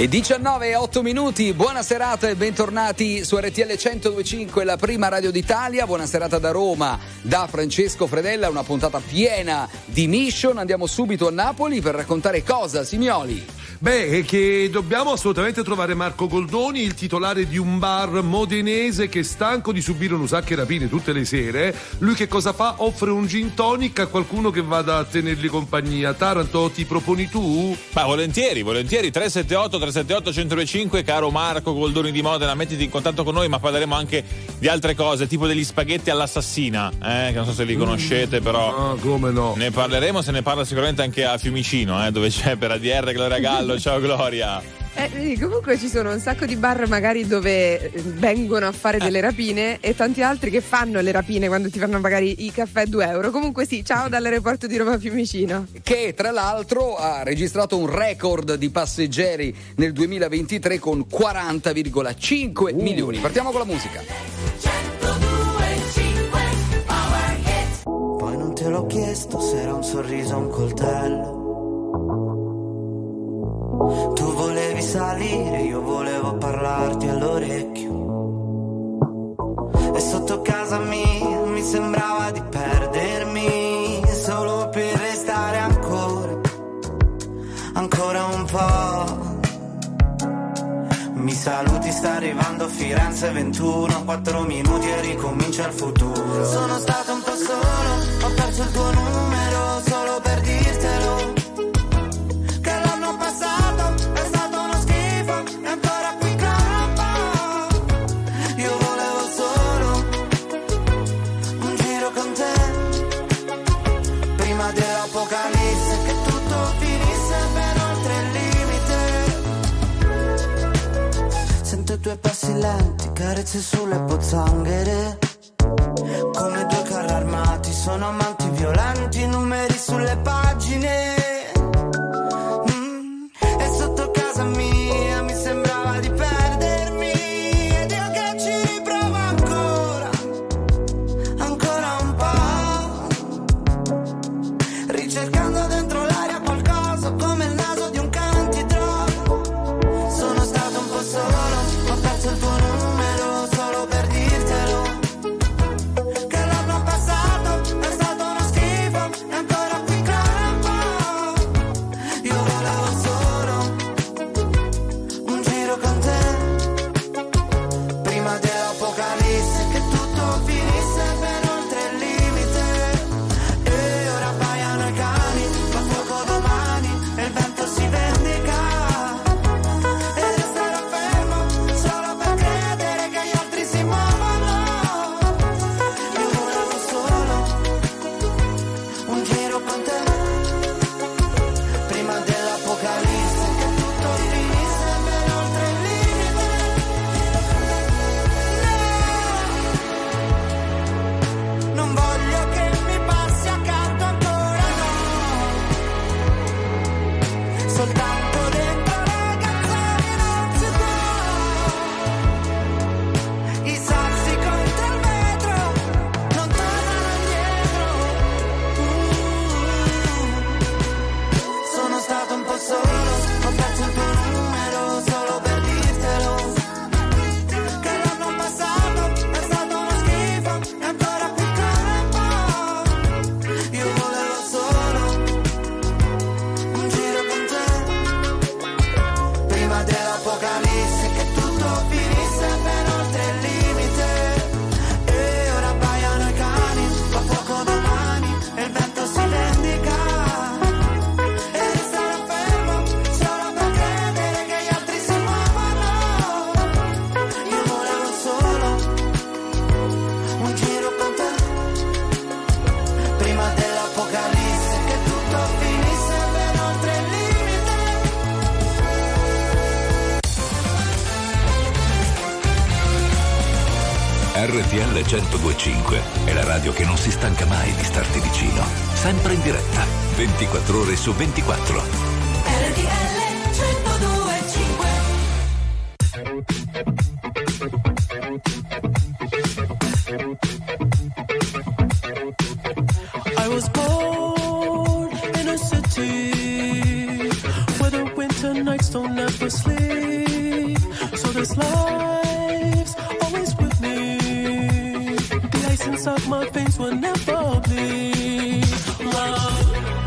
E 19:08, buona serata e bentornati su RTL 102.5, la prima radio d'Italia. Buona serata da Roma, da Francesco Fredella, una puntata piena di mission. Andiamo subito a Napoli per raccontare cosa, Simioli? Beh, che dobbiamo assolutamente trovare Marco Goldoni, il titolare di un bar modenese che è stanco di subire un sacco e rapine tutte le sere. Lui che cosa fa? Offre un gin tonic a qualcuno che vada a tenergli compagnia. Taranto, ti proponi tu? Ma volentieri, 378-378-1025, caro Marco Goldoni di Modena, mettiti in contatto con noi, ma parleremo anche di altre cose, tipo degli spaghetti all'assassina, che non so se li conoscete, però Ah, come no? ne parleremo, se ne parla sicuramente anche a Fiumicino, dove c'è per ADR Gloria Gallo. Ciao Gloria. Comunque ci sono un sacco di bar magari dove vengono a fare delle rapine e tanti altri che fanno le rapine quando ti fanno magari i caffè €2. Comunque sì, ciao dall'aeroporto di Roma Fiumicino. Che tra l'altro ha registrato un record di passeggeri nel 2023 con 40,5 milioni. Partiamo con la musica. Poi non te l'ho chiesto se era un sorriso o un coltello. Tu volevi salire, io volevo parlarti all'orecchio. E sotto casa mia mi sembrava di perdermi, solo per restare ancora un po'. Mi saluti, sta arrivando Firenze 21, 4 minuti e ricomincia il futuro. Sono stato un po' solo, ho perso il tuo numero solo per dirtelo. Due passi lenti, carezze sulle pozzanghere. Come due carri armati, sono amanti violenti, numeri sulle pagine. E sotto casa mia mi sembrava di perdermi. Ed io che ci riprovo ancora un po'. Ricercando dentro l'aria qualcosa come il naso di un cane antidroga. Sono stato un po' solo, ho perso il tuo numero solo per dirtelo. Che l'anno passato è stato uno schifo e ancora qui campo. Io volevo solo un giro con te, prima dell'apocalisse, che tutto finisse ben oltre il limite. E ora baiano i cani, fa fuoco domani e il vento si vendica. RTL 102.5 è la radio che non si stanca mai di starti vicino, sempre in diretta, 24 ore su 24. RTL 102.5. I was born in a city where the winter nights don't ever sleep. So this life's always with me. The ice inside my veins will never bleed. Love.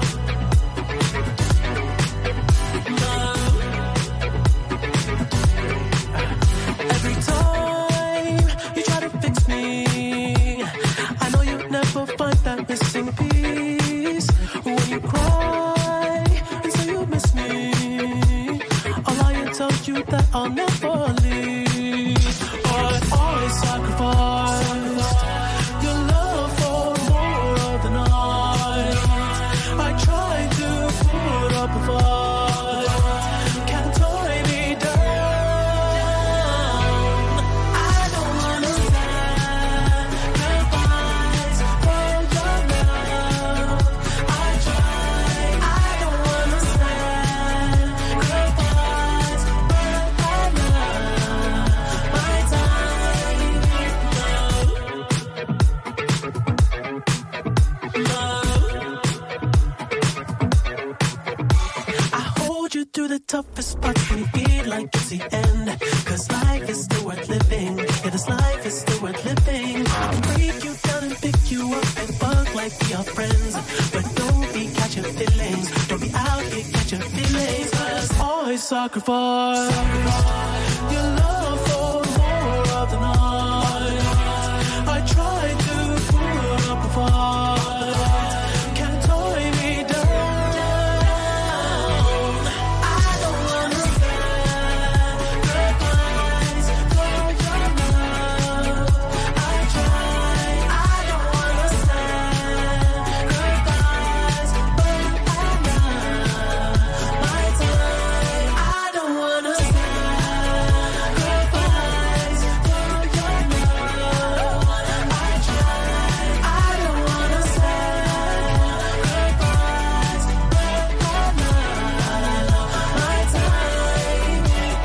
Every time you try to fix me, I know you'll never find that missing piece. When you cry and say you miss me, I'll lie and tell you that I'll never leave. But I sacrificed your love for more than I tried to put up a fight. Can't tie me down. I don't wanna sacrifice for your love. I try. I don't wanna sacrifice for your love. My time, love. I hold you through the toughest parts when you feel like it's the end. Cause life is still worth living. Yeah, this life is still worth living. I can break you down and pick you up and fuck like we are friends. But don't be catching feelings. Don't be out here catching feelings. Cause I sacrifice your love for more of the night. I try to put up a fight. Can't tie me down. I don't wanna sacrifice for your love. I try. I don't wanna sacrifice for your love. My time. I don't wanna sacrifice for your love. I try. I don't wanna sacrifice for your love. My time.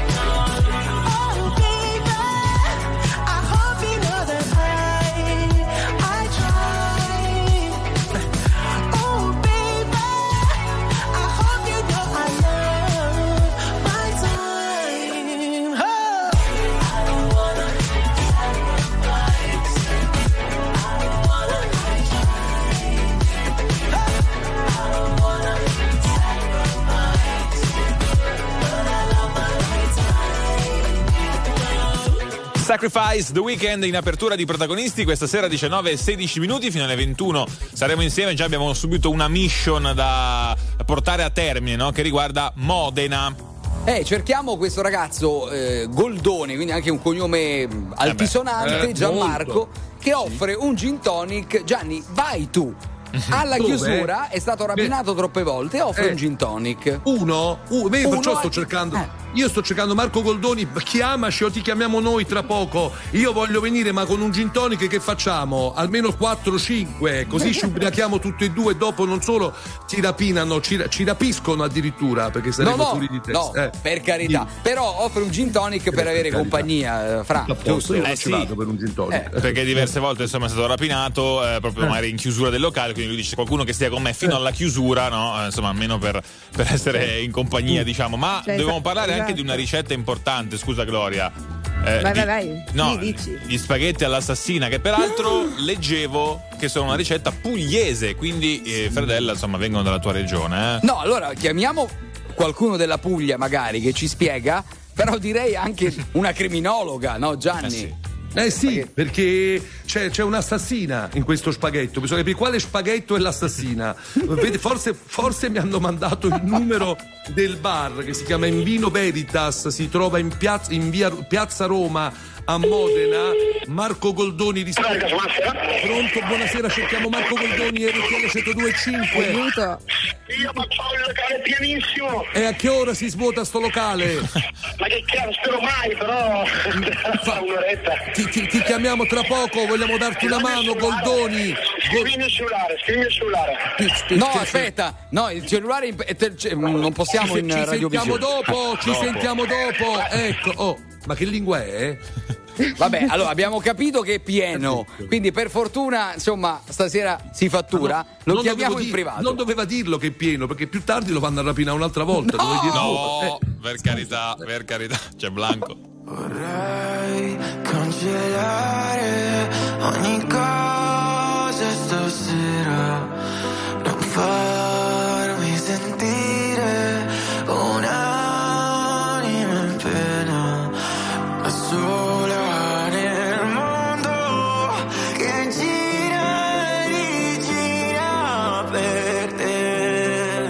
Oh baby, I hope you know that I try. Oh baby, I hope you know I love my time. I don't wanna sacrifice. I don't wanna try. I don't wanna sacrifice, but I love my time. Sacrifice, The Weeknd in apertura di Protagonisti questa sera 19:16 fino alle 21 saremo insieme. Già abbiamo subito una mission da portare a termine, no? Che riguarda Modena. Cerchiamo questo ragazzo Goldoni, quindi anche un cognome altisonante, Gianmarco, molto. che offre un gin tonic. Gianni, vai tu. Alla Dove? chiusura è stato rapinato troppe volte e offre un gin tonic. Perciò sto cercando. Io sto cercando Marco Goldoni, chiamaci o ti chiamiamo noi tra poco. Io voglio venire, ma con un gin tonic che facciamo? Almeno 4-5, così ci ubriachiamo tutti e due. Dopo non solo ti rapinano, ci rapiscono addirittura, perché saremo fuori di testa. No, per carità. Però offre un gin tonic per avere carità. compagnia, Fra. Giusto, io non ci sì. vado per un gin tonic. Perché diverse volte insomma è stato rapinato proprio magari in chiusura del locale, quindi lui dice qualcuno che stia con me fino alla chiusura, no? Insomma, almeno per essere in compagnia, diciamo. Ma dovevamo parlare anche di una ricetta importante, scusa Gloria. Vai. No, Sì, dici. gli spaghetti all'assassina, che peraltro leggevo che sono una ricetta pugliese, quindi Fredella, insomma, vengono dalla tua regione. No, allora chiamiamo qualcuno della Puglia magari che ci spiega, però direi anche una criminologa, no Gianni? Sì, perché c'è un'assassina in questo spaghetto. Bisogna capire quale spaghetto è l'assassina. Vede, forse mi hanno mandato il numero del bar che si chiama In Vino Veritas, si trova in via Piazza Roma a Modena. Marco Goldoni risponde. Pronto, buonasera, cerchiamo Marco Goldoni, RTL 102.5. Aiuto. Io faccio il locale pienissimo. E a che ora si svuota sto locale? Ma che cazzo, spero mai, però un'oretta. Ti chiamiamo tra poco, vogliamo darti una mano, Goldoni. Scrivimi il cellulare. No, aspetta, no, il cellulare non possiamo in radiovisione. Ci sentiamo dopo. Ecco, ma che lingua è? Vabbè, allora abbiamo capito che è pieno, quindi per fortuna, insomma, stasera si fattura. Lo chiamiamo in privato. Non doveva dirlo che è pieno, perché più tardi lo vanno a rapinare un'altra volta. No, per carità, c'è Blanco. Vorrei cancellare ogni cosa stasera, non farmi sentire un'anima in pena, da sola nel mondo che gira e rigira per te,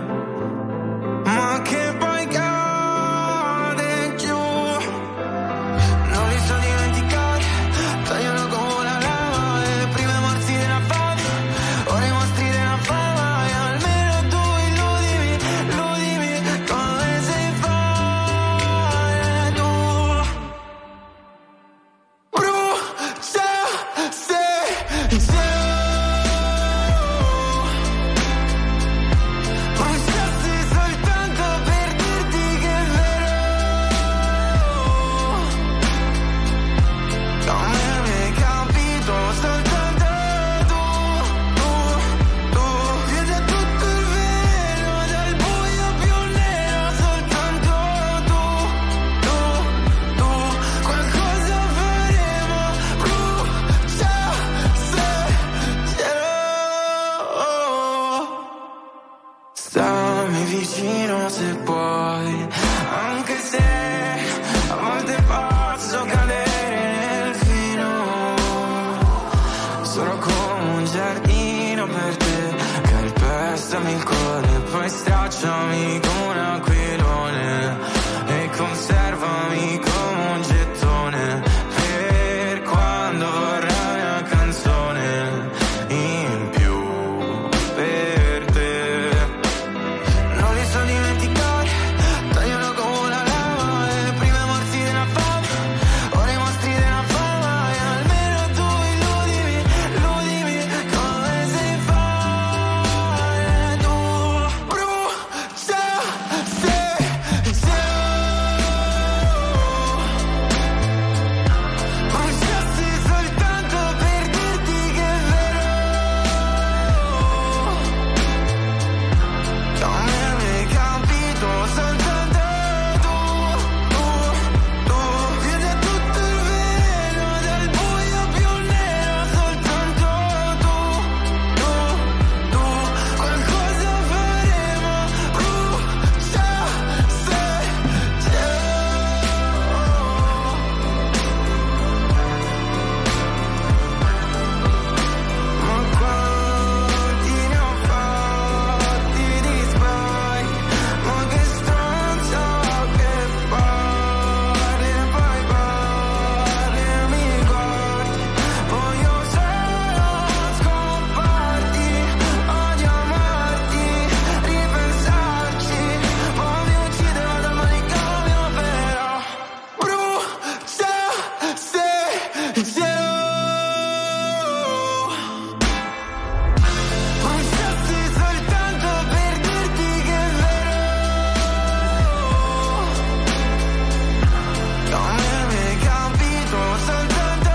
ma che poi cade giù. Non li so dimenticare, tagliano come la lava, e prima morsi della fame, ora i mostri della fama, e almeno tu illudimi come sei fare tu. Brucia se bruciassi soltanto per dirti che è vero, come mi hai capito soltanto tu, vedi tutto il vero dal buio più nero, soltanto tu, qualcosa faremo, brucia se cielo. Stammi vicino se puoi, anche se a volte posso cadere nel fino, sono come un giardino per te, calpestami il cuore, poi stracciami come un aquilone e conservami come un gettone per quando vorrai una canzone in più per te. Non li so dimenticare, tagliano come la lava, e prima morsi della fame, ora i mostri della fama, e almeno tu illudimi come sei fare tu. Brucia se bruciassi soltanto per dirti che è vero, come mi hai capito soltanto tu, vedi tutto il vero dal buio più nero, soltanto tu, qualcosa faremo, brucia se ma quanti ne ho fatti di sbagli, ma che stronza che parli e poi parli e mi guardi, voglio solo scomparti, odio amarti, ripensarci, poi mi uccide, vado al manicomio, però brucia se cielo. Bruciassi soltanto per dirti che è vero, come mi hai capito soltanto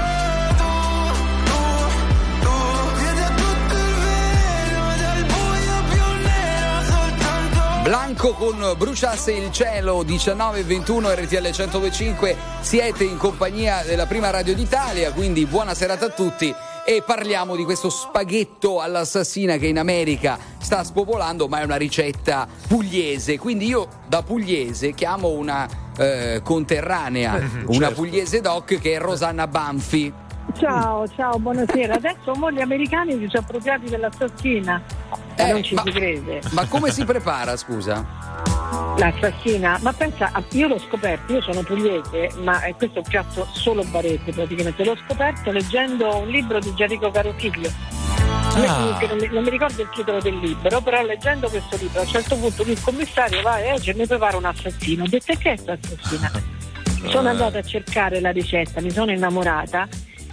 tu, vedi tutto il vero dal buio più nero, soltanto Blanco con Bruciasse il cielo, 19:21 RTL 102.5, siete in compagnia della prima radio d'Italia, quindi buona serata a tutti. E parliamo di questo spaghetto all'assassina che in America sta spopolando, ma è una ricetta pugliese, quindi io da pugliese chiamo una conterranea, una pugliese doc che è Rosanna Banfi. Ciao, buonasera. Adesso mo gli americani si sono appropriati dell'assassina. Non ci si crede. Ma come si prepara, scusa? L'assassina, ma pensa, io l'ho scoperto, io sono pugliese, ma questo è un piatto solo barese praticamente, l'ho scoperto leggendo un libro di Gianrico Carofiglio. Che non mi ricordo il titolo del libro, però leggendo questo libro a un certo punto il commissario va e mi prepara un assassino. Ho detto: e che è questa assassina? Sono andata a cercare la ricetta, mi sono innamorata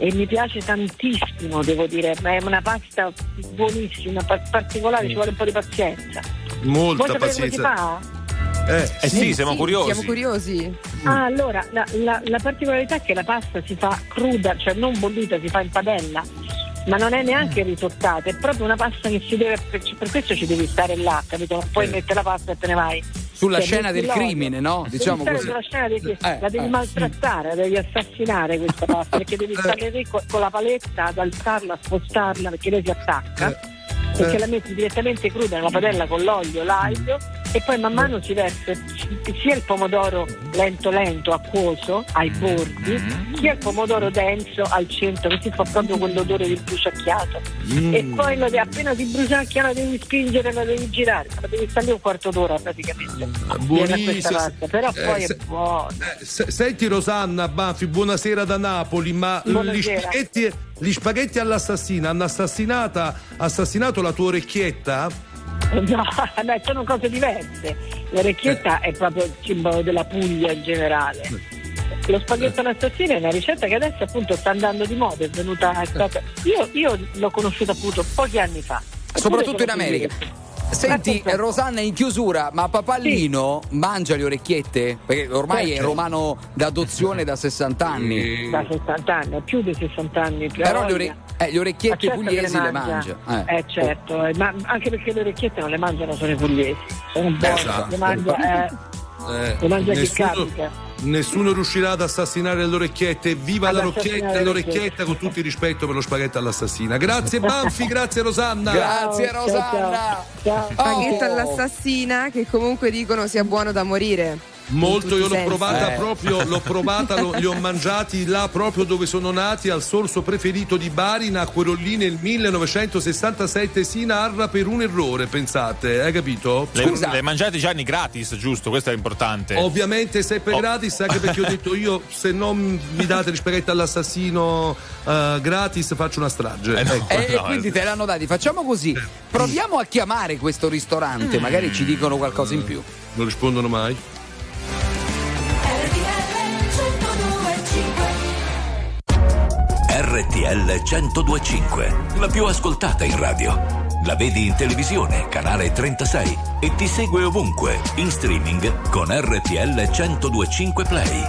e mi piace tantissimo, devo dire, ma è una pasta buonissima, particolare, ci vuole un po' di pazienza. Molta Vuoi sapere come si fa? Sì, siamo curiosi. Siamo curiosi. Allora, la particolarità è che la pasta si fa cruda, cioè non bollita, si fa in padella, ma non è neanche risottata, è proprio una pasta che si deve, per questo ci devi stare là, capito? Non puoi mettere la pasta e te ne vai. Sulla scena del crimine, no? Diciamo così. Sulla scena del crimine, la devi maltrattare, la devi assassinare questa pasta, perché devi stare lì con la paletta ad alzarla, a spostarla, perché lei si attacca. Perché la metti direttamente cruda nella padella con l'olio, l'aglio e poi man mano si versa sia il pomodoro lento acquoso ai bordi sia il pomodoro denso al centro, che si fa proprio quell'odore del bruciacchiato e poi appena si bruciacchia la devi spingere, la devi girare, la devi stare lì un quarto d'ora praticamente. Buonissima, però poi è buona. Senti Rosanna Banfi, buonasera da Napoli, ma gli spaghetti all'assassina hanno assassinato la tua orecchietta? No, sono cose diverse. L'orecchietta è proprio il simbolo della Puglia in generale. Lo spaghetto all'assassina è una ricetta che adesso appunto sta andando di moda, è venuta. Io l'ho conosciuta appunto pochi anni fa. Soprattutto in America. Senti Rosanna, in chiusura, ma Papallino mangia le orecchiette? Perché ormai è romano d'adozione da 60 anni. Da 60 anni, più di 60 anni. Però le orecchiette pugliesi le mangia. Certo, ma anche perché le orecchiette non le mangiano solo i pugliesi. Sono buone, le mangia chi capita. Nessuno riuscirà ad assassinare le orecchiette. Viva l'orecchietta con tutto il rispetto per lo spaghetto all'assassina. Grazie Banfi, grazie Rosanna. Grazie Rosanna. Ciao. Spaghetto all'assassina, che comunque dicono sia buono da morire. Molto, io l'ho provata, li ho mangiati là proprio dove sono nati, al sorso preferito di Bari, nacquero lì nel 1967, si narra per un errore, pensate, hai capito? Le mangiate Gianni gratis, giusto? Questo è importante. Ovviamente sempre gratis, anche perché ho detto io, se non mi date gli spaghetti all'assassino gratis faccio una strage. Quindi te l'hanno dati, facciamo così, proviamo a chiamare questo ristorante, magari ci dicono qualcosa in più. Non rispondono mai. RTL 102.5, la più ascoltata in radio. La vedi in televisione, canale 36 e ti segue ovunque, in streaming con RTL 102.5 Play.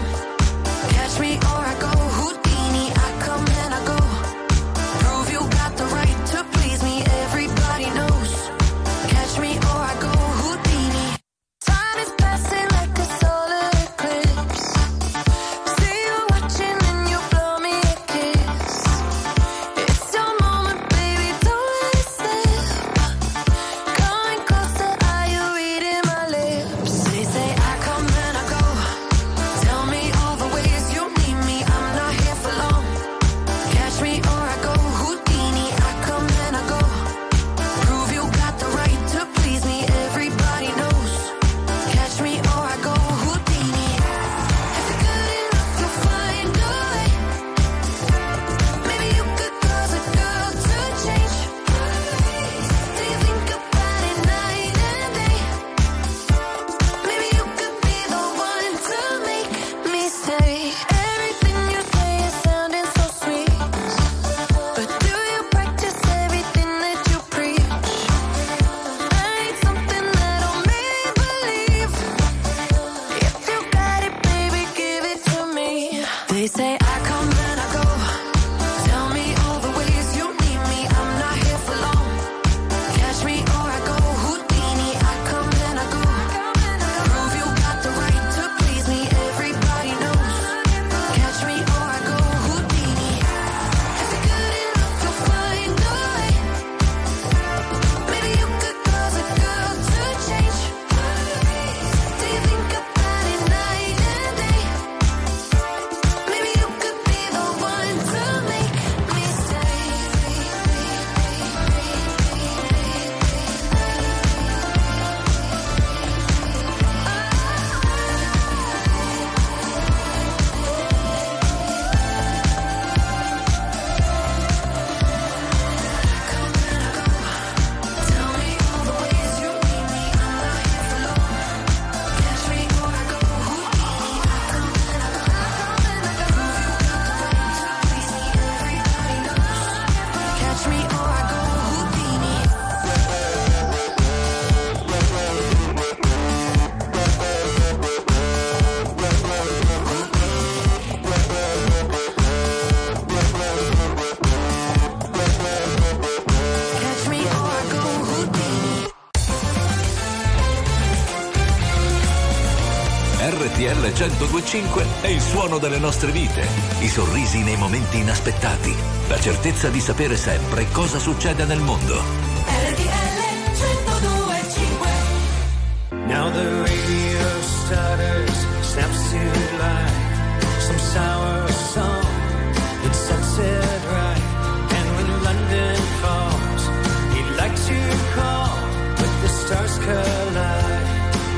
Catch me or I go Houdini. I come and I go. Prove you got RTL 102.5 è il suono delle nostre vite, i sorrisi nei momenti inaspettati, la certezza di sapere sempre cosa succede nel mondo. RTL 102.5. Now the radio stutters, snaps to life, some sour song that sets it right. And when London falls, he'd like to call, but the stars collide.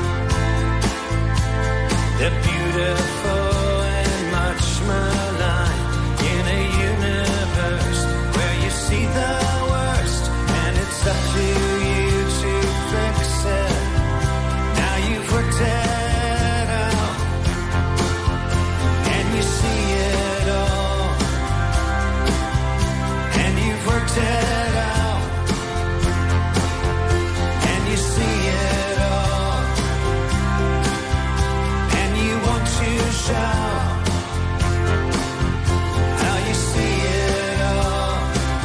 They're beautiful and much maligned in a universe where you see the worst, and it's up to you to fix it. Now you've worked it out, and you see it all, and you've worked it out, and you see it all, and you want to shout how you see it all.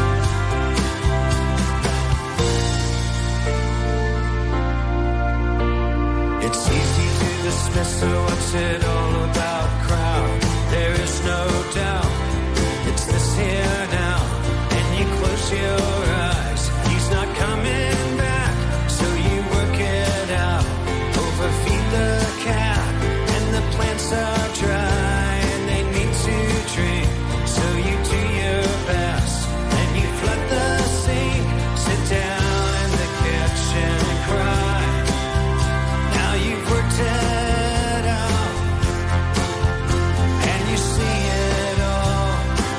It's easy to dismiss, so what's it all about, crowd? There is no doubt, it's this here now, and you close your eyes, he's not coming back, so you work it out, overfeed the cat, and the plants are dry, and they need to drink, so you do your best, and you flood the sink, sit down in the kitchen and cry. Now you've worked it out, and you see it all,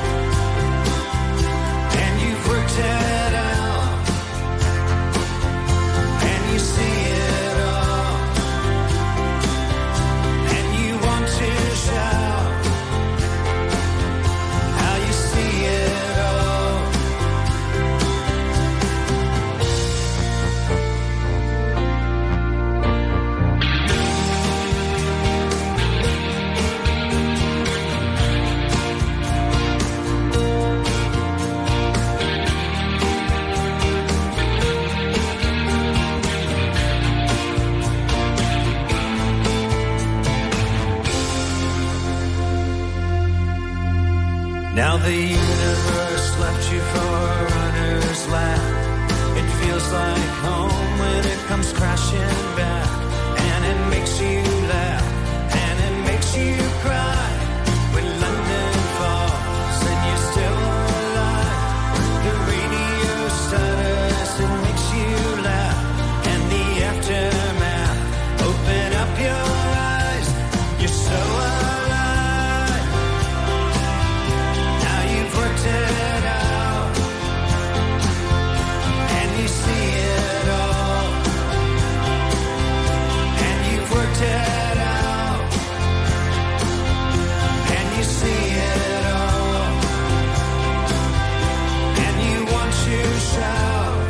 and you've worked it out, and you see it all, and you want to shout how you see it all. Now the universe left you for a runner's lap. It feels like home when it comes crashing back, and it makes you laugh, and it makes you cry. When London falls and you're still alive, the radio stutters, it makes you laugh, and the aftermath, open up your eyes, you're so alive. Worked it out, and you see it all, and you've worked it out, and you see it all, and you want to shout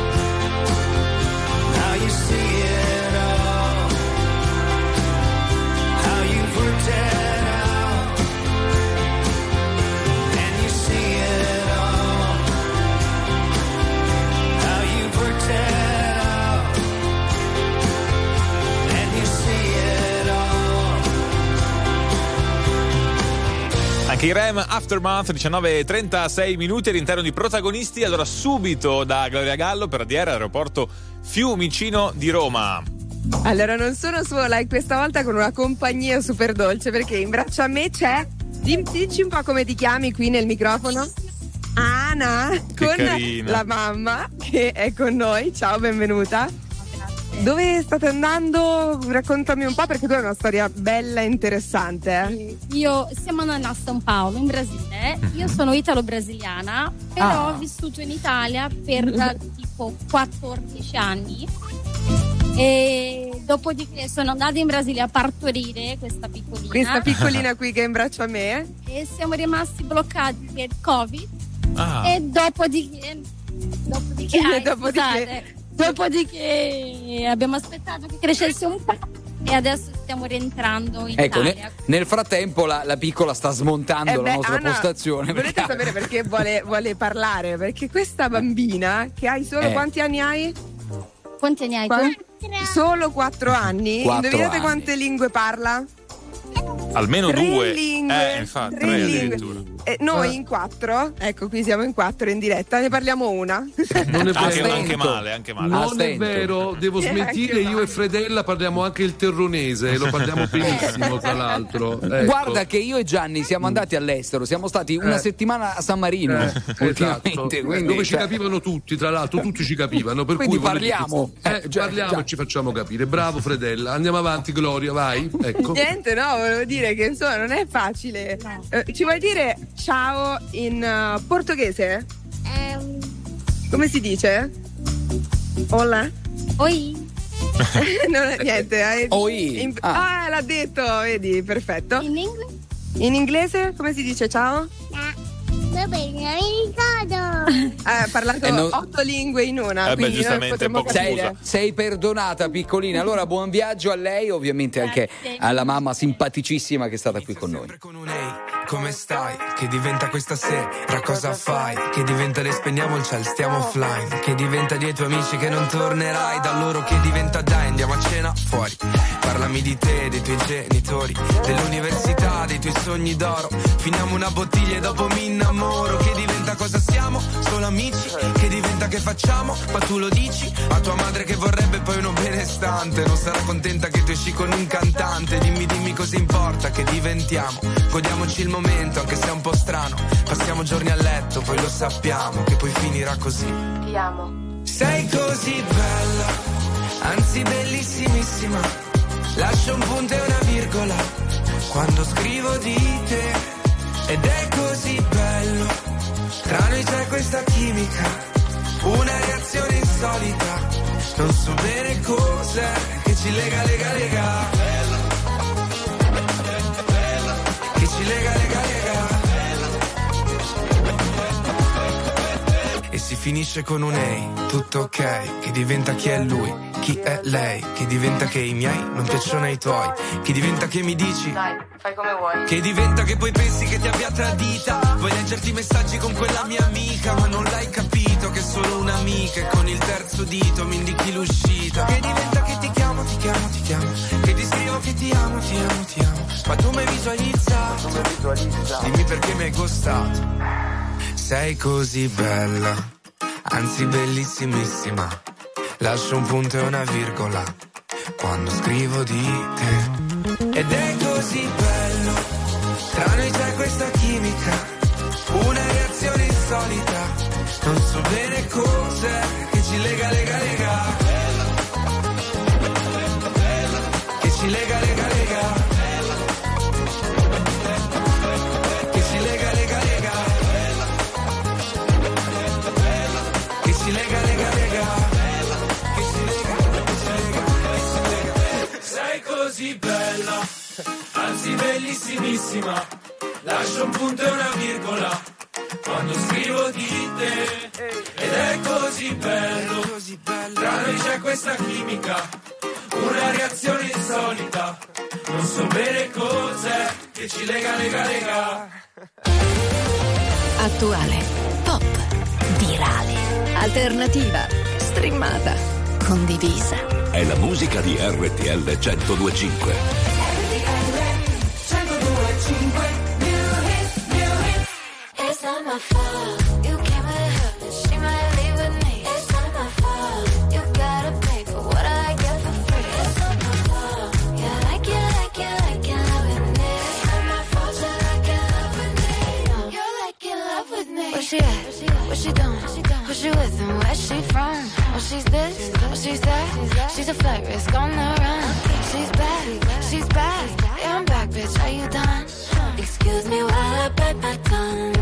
how you see it all, how you've worked it out. Anche i Rem, Aftermath, 19:36 minuti all'interno di Protagonisti. Allora subito da Gloria Gallo per ADR, aeroporto Fiumicino di Roma. Allora non sono sola e questa volta con una compagnia super dolce, perché in braccio a me c'è, dici un po' come ti chiami qui nel microfono? Ana, con carina. La mamma che è con noi. Ciao, benvenuta. Dove state andando? Raccontami un po', perché tu hai una storia bella e interessante. Siamo andati a San Paolo, in Brasile. Io sono italo-brasiliana, però ho vissuto in Italia per tipo 14 anni. E dopodiché sono andata in Brasile a partorire questa piccolina qui che è in braccio a me. E siamo rimasti bloccati per Covid. E dopodiché abbiamo aspettato che crescesse un po' e adesso stiamo rientrando in Italia. Nel frattempo la piccola sta smontando la nostra Anna, postazione. Volete sapere perché vuole parlare? Perché questa bambina che hai solo quanti anni hai? Quanti anni hai tu? Solo 4 anni? 4 Indovinate anni. quante lingue parla? Almeno 3 2. lingue. Infatti, 3 3 lingue. addirittura. Noi in 4, ecco qui siamo in 4 in diretta, ne parliamo una. Non è vero. Anche male. Non è vero, devo smentire, io e Fredella parliamo anche il terronese e lo parliamo benissimo, tra l'altro. Ecco. Guarda che io e Gianni siamo andati all'estero, siamo stati una settimana a San Marino ultimamente, esatto. quindi, Dove ci capivano tutti, tra l'altro, tutti ci capivano. Per quindi cui parliamo. Parliamo e ci facciamo capire. Bravo Fredella, andiamo avanti, Gloria, vai. Ecco. Niente, no, volevo dire che insomma non è facile. Ci vuoi dire ciao in portoghese? Come si dice? Hola? Oi. Niente. Oi. L'ha detto, vedi, perfetto. In inglese? In inglese come si dice ciao? Va bene, non mi ricordo. Ha parlato 8 lingue in una, quindi noi potremmo capire. Sei perdonata, piccolina. Allora buon viaggio a lei, ovviamente anche alla mamma simpaticissima che è stata qui con noi. Come stai? Che diventa questa sera? Cosa fai? Che diventa le spegniamo il ciel, stiamo offline. Che diventa dei tuoi amici che non tornerai da loro. Che diventa dai, andiamo a cena fuori. Parlami di te, dei tuoi genitori, dell'università, dei tuoi sogni d'oro. Finiamo una bottiglia e dopo mi innamoro. Che diventa cosa siamo? Solo amici. Che diventa che facciamo? Ma tu lo dici a tua madre che vorrebbe poi uno benestante. Non sarà contenta che tu esci con un cantante. Dimmi cosa importa che diventiamo. Godiamoci il momento anche se è un po' strano. Passiamo giorni a letto, poi lo sappiamo che poi finirà così. Ti amo. Sei così bella, anzi bellissimissima. Lascio un punto e una virgola quando scrivo di te. Ed è così bello, tra noi c'è questa chimica, una reazione insolita. Non so bene cos'è che ci lega. Che ci lega. E si finisce con un ehi, tutto ok. Che diventa chi è lui, chi è lei. Che diventa che i miei non piacciono ai tuoi. Che diventa che mi dici Dai, fai come vuoi. che diventa che poi pensi che ti abbia tradita. Vuoi leggerti i messaggi con quella mia amica, ma non l'hai capito che è solo un'amica. E con il terzo dito mi indichi l'uscita. Che diventa che ti chiamo. Che ti scrivo che ti amo. Ma tu mi hai visualizzato. Dimmi perché mi hai ghostato. Sei così bella, anzi bellissimissima. Lascio un punto e una virgola quando scrivo di te. Ed è così bello, tra noi c'è questa chimica, una reazione insolita. Non so bene cos'è che ci lega. Che ci lega. Che ci lega. Che ci lega. Sei così bella, anzi bellissimissima. Lascio un punto e una virgola quando scrivo di te. Ed è così bello, tra noi c'è questa chimica, una reazione insolita. Non so bene cos'è che ci lega. Attuale, pop, virale, alternativa, streamata, condivisa. È la musica di RTL 102.5. It's not my fault. You came with her, but she might leave with me. It's not my fault. You gotta pay for what I get for free. It's not my fault. Yeah, like you love with me. It's not my fault. You like you love with me. No, you like you love with me. Where she at? What she doing? Who she with and where she from? Oh, she's this, oh, she's that. She's a flight risk on the run. She's back. Yeah, I'm back, bitch. Are you done? Excuse me while I bite my tongue.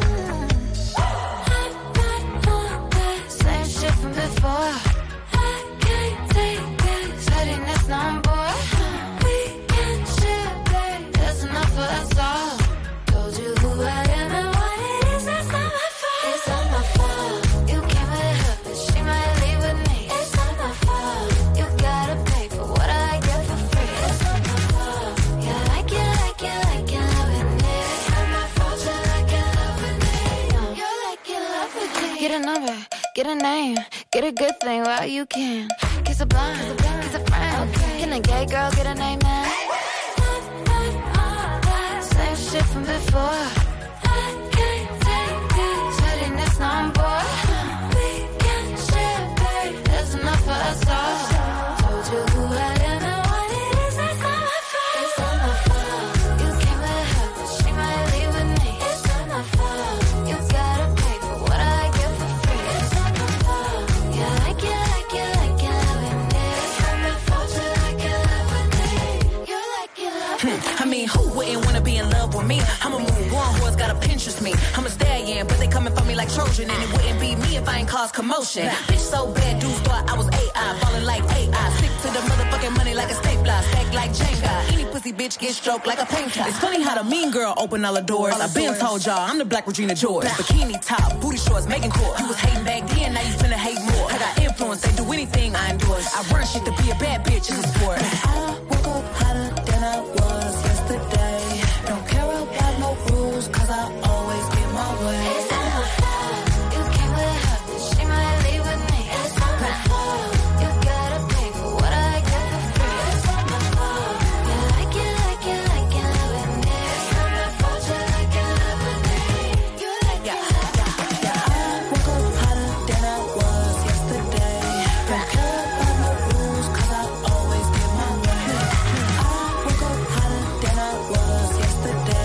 Same shit from before. I can't take this. Letting this number. We can share, babe. There's enough for us all. Told you who I am and what it is. That's not my fault. It's not my fault. You came with her, but she might leave with me. It's not my fault. You gotta pay for what I get for free. It's not my fault. Yeah, like you love with me. It's not my fault. You like you love with me. No, you like you love with me. Get a number, get a name, get a good thing while you can. kiss a blind, kiss a friend. Can a gay girl get an amen? Same shit from before. I can't take this pettiness no more. We can share, babe. There's enough for us all. Told you who had it and what it is. It's not my fault. It's not my fault. You came with her, but she might leave with me. It's not my fault. You gotta pay for what I get for free. It's not my fault. You like it, like it, like it, loving it. It's not my fault. You like it, loving it. You like it, loving it. I mean, who wouldn't wanna be in love with me? I'm a move on, who's gotta Pinterest me? I'm a stallion, but they coming for me like Trojan, and it wouldn't be me if I ain't cause commotion. Bitch so bad, dudes thought I was AI, falling like AI. Stick to the motherfucking money like a stapler, stack like Jenga. Any pussy bitch get stroked like a painter. It's funny how the mean girl open all the doors. I been told y'all I'm the Black Regina George. Bikini top, booty shorts, making court. You was hating back then, now you finna hate more. I got influence, they do anything I endorse. I run shit to be a bad bitch in the sport. I woke up hotter than I was yesterday. Don't care about no rules, cause I always get my way. It's not my fault. You came with her, but she might leave with me. It's not my fault. You gotta pay for what I get for free. It's not my fault. You like it, like it, like it, loving it. It's not my fault. You like it, loving it. You like it, loving it. I woke up hotter than I was yesterday. Don't care about no rules, cause I always get my way. I woke up hotter than I was yesterday.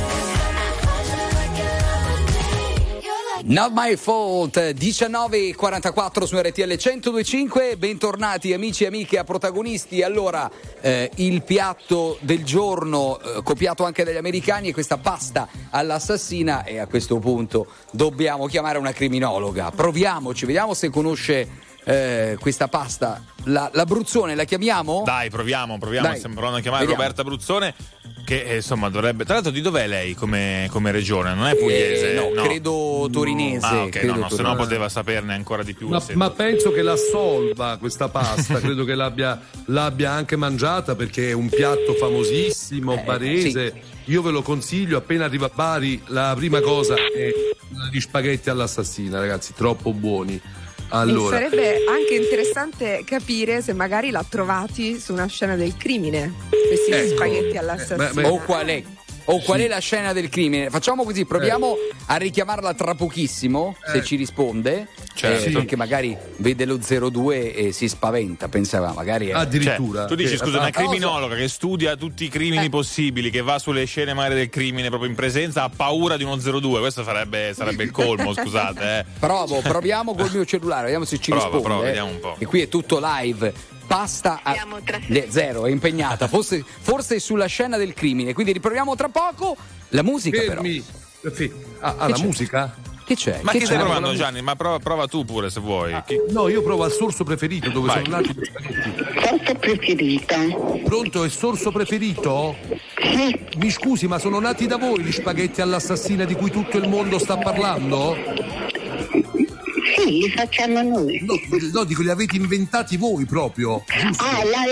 Not My Fault, 19:44 su RTL 102.5. Bentornati amici e amiche a Protagonisti. Allora, il piatto del giorno copiato anche dagli americani è questa pasta all'assassina, e a questo punto dobbiamo chiamare una criminologa. Proviamoci, vediamo se conosce questa pasta. La Bruzzone la chiamiamo? Dai, proviamo. Dai, Stiamo provando a chiamare vediamo. Roberta Bruzzone, che insomma dovrebbe. Tra l'altro, di dov'è lei come regione? Non è pugliese? No, credo torinese. Ah, ok, credo no, se no torinese. poteva saperne ancora di più. Ma penso che la solva questa pasta, credo che l'abbia anche mangiata, perché è un piatto famosissimo, barese. Sì. Io ve lo consiglio, appena arriva a Bari, la prima cosa è gli spaghetti all'assassina, ragazzi, troppo buoni. Allora, E sarebbe anche interessante capire se magari l'ha trovati su una scena del crimine, questi spaghetti all'assassino. O qual è la scena del crimine? Facciamo così, proviamo a richiamarla tra pochissimo, se ci risponde. Certo. Perché magari vede lo 02 e si spaventa, pensava magari addirittura. Tu dici, scusa, una criminologa che studia tutti i crimini possibili, che va sulle scene magari del crimine proprio in presenza, ha paura di uno 02. Questo sarebbe il colmo, scusate. Proviamo col mio cellulare, vediamo se ci risponde. Prova, vediamo un po'. E qui è tutto live. Pasta a zero, è impegnata, forse sulla scena del crimine, quindi riproviamo tra poco. La musica Fermi. però. La musica? Che c'è? Ma chi stai c'è? provando, Gianni? Ma prova tu pure se vuoi. No, io provo al sorso preferito, dove Vai. sono nati gli spaghetti. Sorso preferito. Pronto, è sorso preferito? Sì. Mi scusi, ma sono nati da voi gli spaghetti all'assassina di cui tutto il mondo sta parlando? Sì, li facciamo noi. No, dico, li avete inventati voi proprio, giusto? L'ha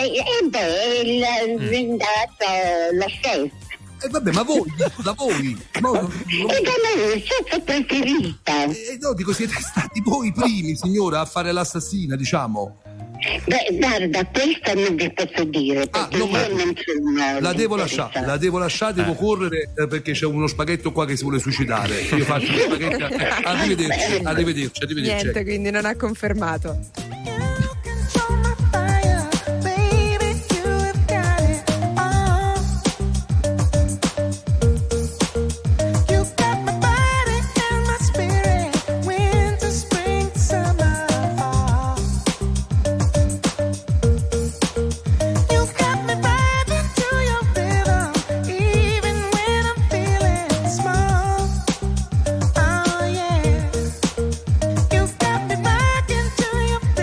inventato la chef. Vabbè, ma voi, da voi. E da me il sorso preferita. No, dico, siete stati voi i primi, signora, a fare l'assassina, diciamo. Beh, guarda, questa non vi posso dire, perché io non sono. La devo lasciare, devo correre, perché c'è uno spaghetto qua che si vuole suicidare. Io faccio gli spaghetti. Arrivederci. Niente, quindi non ha confermato. You got me back into your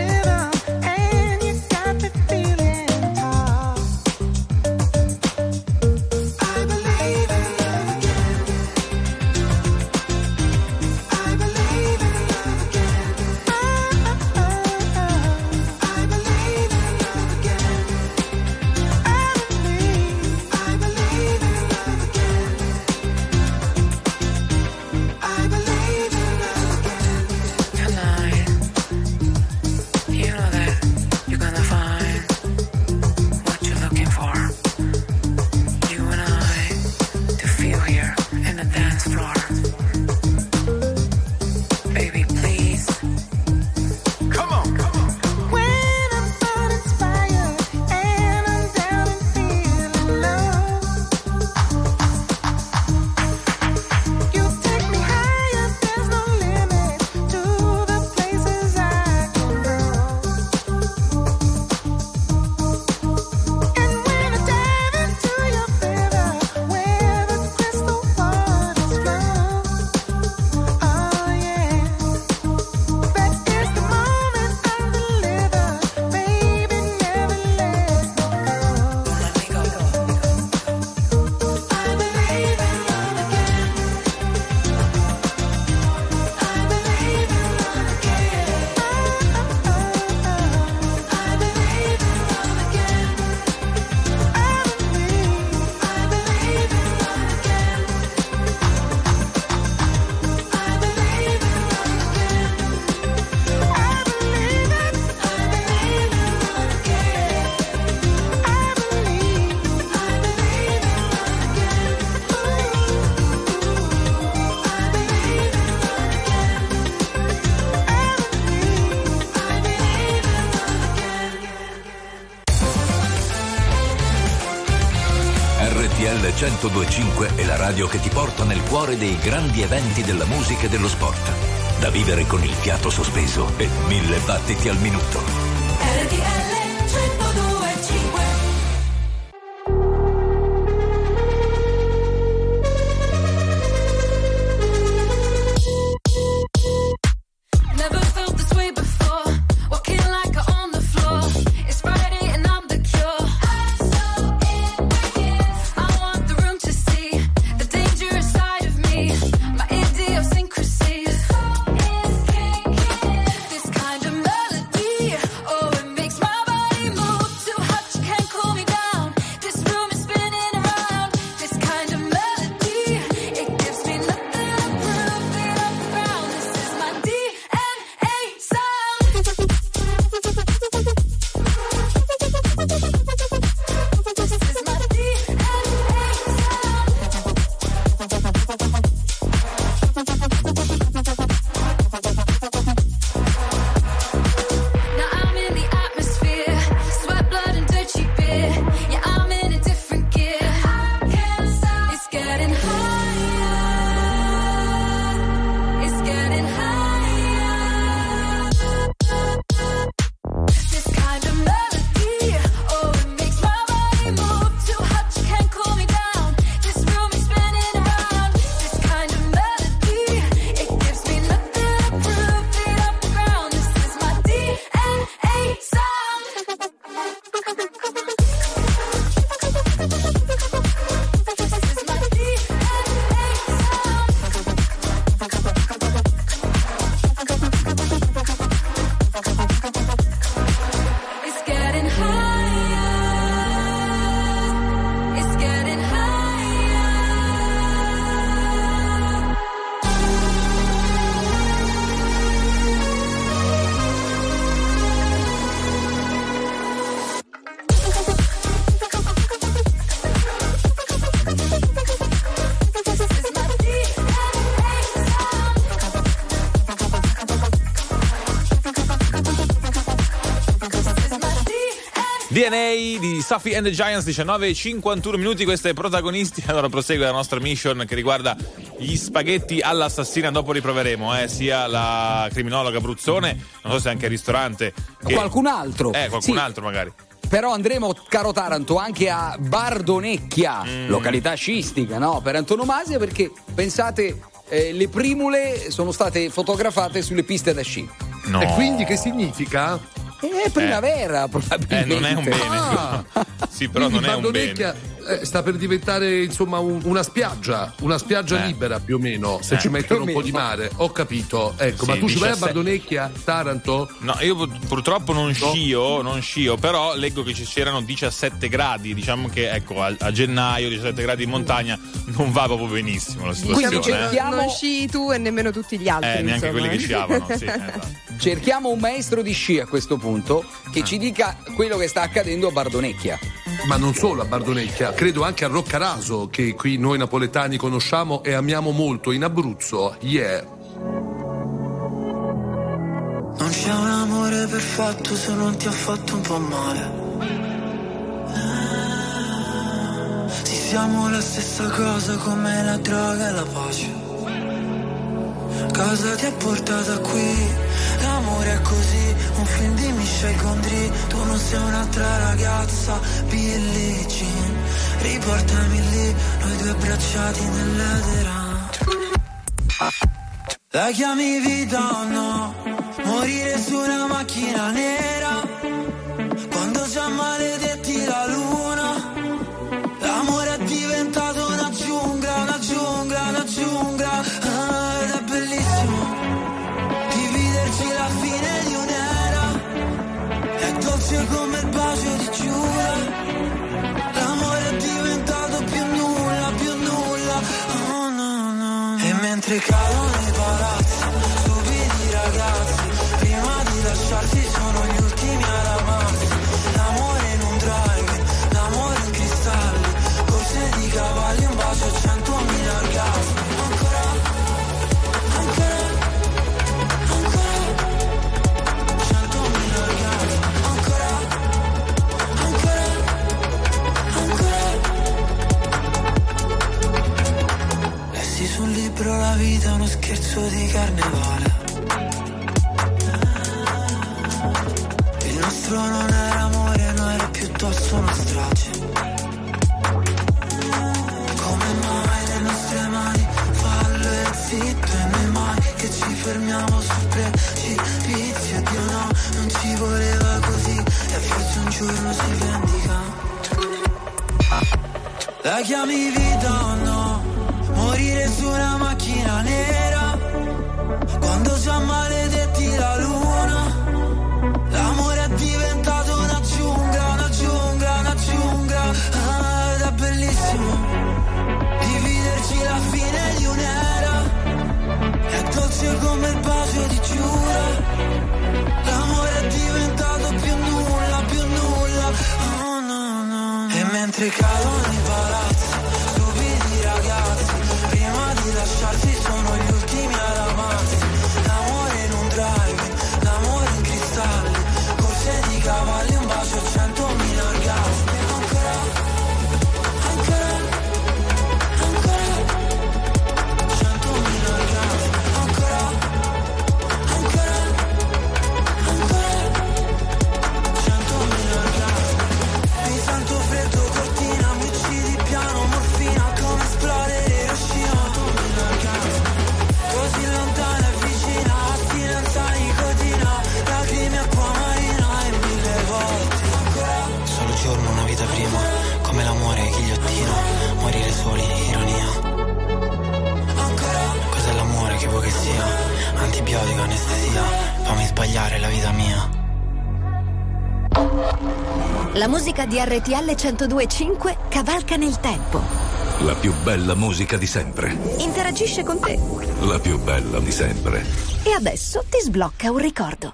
RTL 102.5 è la radio che ti porta nel cuore dei grandi eventi della musica e dello sport. Da vivere con il fiato sospeso e 1000 battiti al minuto. RTL 102.5. Never felt this way before. Walking like I'm on the floor. It's Friday and I'm the cure. I'm so I want the room to see the dangerous side of me. My idiosyncrasies. This kind of melody, oh, it makes my body move. Too hot, you can't cool me down. This room is spinning around. This kind of melody, it gives me nothing to prove. Feet off the ground. This is my DNA sound. This is my Now I'm in the atmosphere, sweat, blood, and dirty beer. Yeah, I'm in a different gear. It's getting higher. It's getting higher. This kind of melody, oh, it makes my body move. Too hot, you can't cool me down. This room is spinning around. This kind of melody, it gives me nothing to prove. Feet off the ground. This is my DNA sound. It's getting higher. It's getting higher. DNA di Sophie and the Giants, 19:51 minuti. Questo è Protagonisti. Allora prosegue la nostra mission che riguarda gli spaghetti all'assassina. Dopo riproveremo sia la criminologa Bruzzone, non so se anche al ristorante che... Qualcun altro. Qualcun Sì. altro magari. Però andremo, caro Taranto, anche a Bardonecchia, località sciistica, no? Per antonomasia, perché pensate, le primule sono state fotografate sulle piste da sci. No. E quindi che significa? Primavera, probabilmente. Non è un bene. Ah. Sì, però Quindi non è un Bardonecchia, bene. sta per diventare insomma una spiaggia libera più o meno, se ci mettono un po' di mare. Ho capito. Ecco, Sì, ma tu ci vai a 17. Bardonecchia, Taranto? No, io purtroppo non scio, però leggo che ci c'erano 17 gradi, diciamo che ecco a gennaio 17 gradi in montagna non va proprio benissimo la situazione. Diciamo che non sci tu e nemmeno tutti gli altri. Neanche insomma, quelli che sciavano, sì, esatto. Cerchiamo un maestro di sci a questo punto che ci dica quello che sta accadendo a Bardonecchia. Ma non solo a Bardonecchia, credo anche a Roccaraso, che qui noi napoletani conosciamo e amiamo molto, in Abruzzo. Yeah. Non c'è un amore perfetto se non ti ha fatto un po' male. Sì, siamo la stessa cosa come la droga e la pace. Cosa ti ha portato qui? L'amore è così, un film di Michel Gondry. Tu non sei un'altra ragazza, Billie Jean. Riportami lì, noi due abbracciati nell'edera. La chiami vita o no? Morire su una macchina nera, quando già maledetti la luna. L'amore è diventato una giungla, una giungla, una giungla. Ed è bellissimo dividerci la fine di un'era. È dolce come il bacio di Giura. L'amore è diventato più nulla, più nulla. Oh no, no. E mentre cadono i palazzi, stupidi ragazzi, prima di lasciarsi sono gli ultimi ad amarsi. L'amore in un drive, l'amore in cristalli, corse di cavalli, un bacio a 100.000 orgasmi. Ancora, ancora, ancora, 100.000 orgasmi. Ancora, ancora, ancora, Però la vita è uno scherzo di carnevale. Il nostro non era amore, no, era piuttosto una strage. Come mai le nostre mani fallo e zitto, e noi mai che ci fermiamo sul precipizio. Dio no, non ci voleva così, e forse un giorno si vendica. La chiami vita o no? Morire su una macchina nera, quando siamo maledetti la luna. L'amore è diventato una giungla, una giungla, una giungla. Ah, ed è bellissimo dividerci la fine di un'era. È dolce come il bacio di Giura. L'amore è diventato più nulla, più nulla. Oh no, no, no. E mentre cadono i palazzi, stupidi ragazzi, prima di lasciarsi sono gli ultimi ad amarsi. L'amore in un drive, l'amore in cristalli, corse di cavalli, un bacio e 100.000 orgasmi. Ancora, ancora, ancora, 100.000 orgasmi. Ancora, ancora, ancora, 100.000 orgasmi. Mi sento freddo, cortina, mi uccidi piano, morfina, come esplodere Hiroshima. 100.000 orgasmi. Così lontana e vicina, astinenza, nicotina, lacrime, acqua marina e 1000 volte. Ancora. Solo giorno, una vita prima, come l'amore, ghigliottina, morire soli, ironia. Ancora. Cos'è l'amore, che vuoi che sia? Antibiotico, anestesia, fammi sbagliare la vita mia. La musica di RTL 102.5 cavalca nel tempo. La più bella musica di sempre. Interagisce con te. La più bella di sempre. E adesso ti sblocca un ricordo.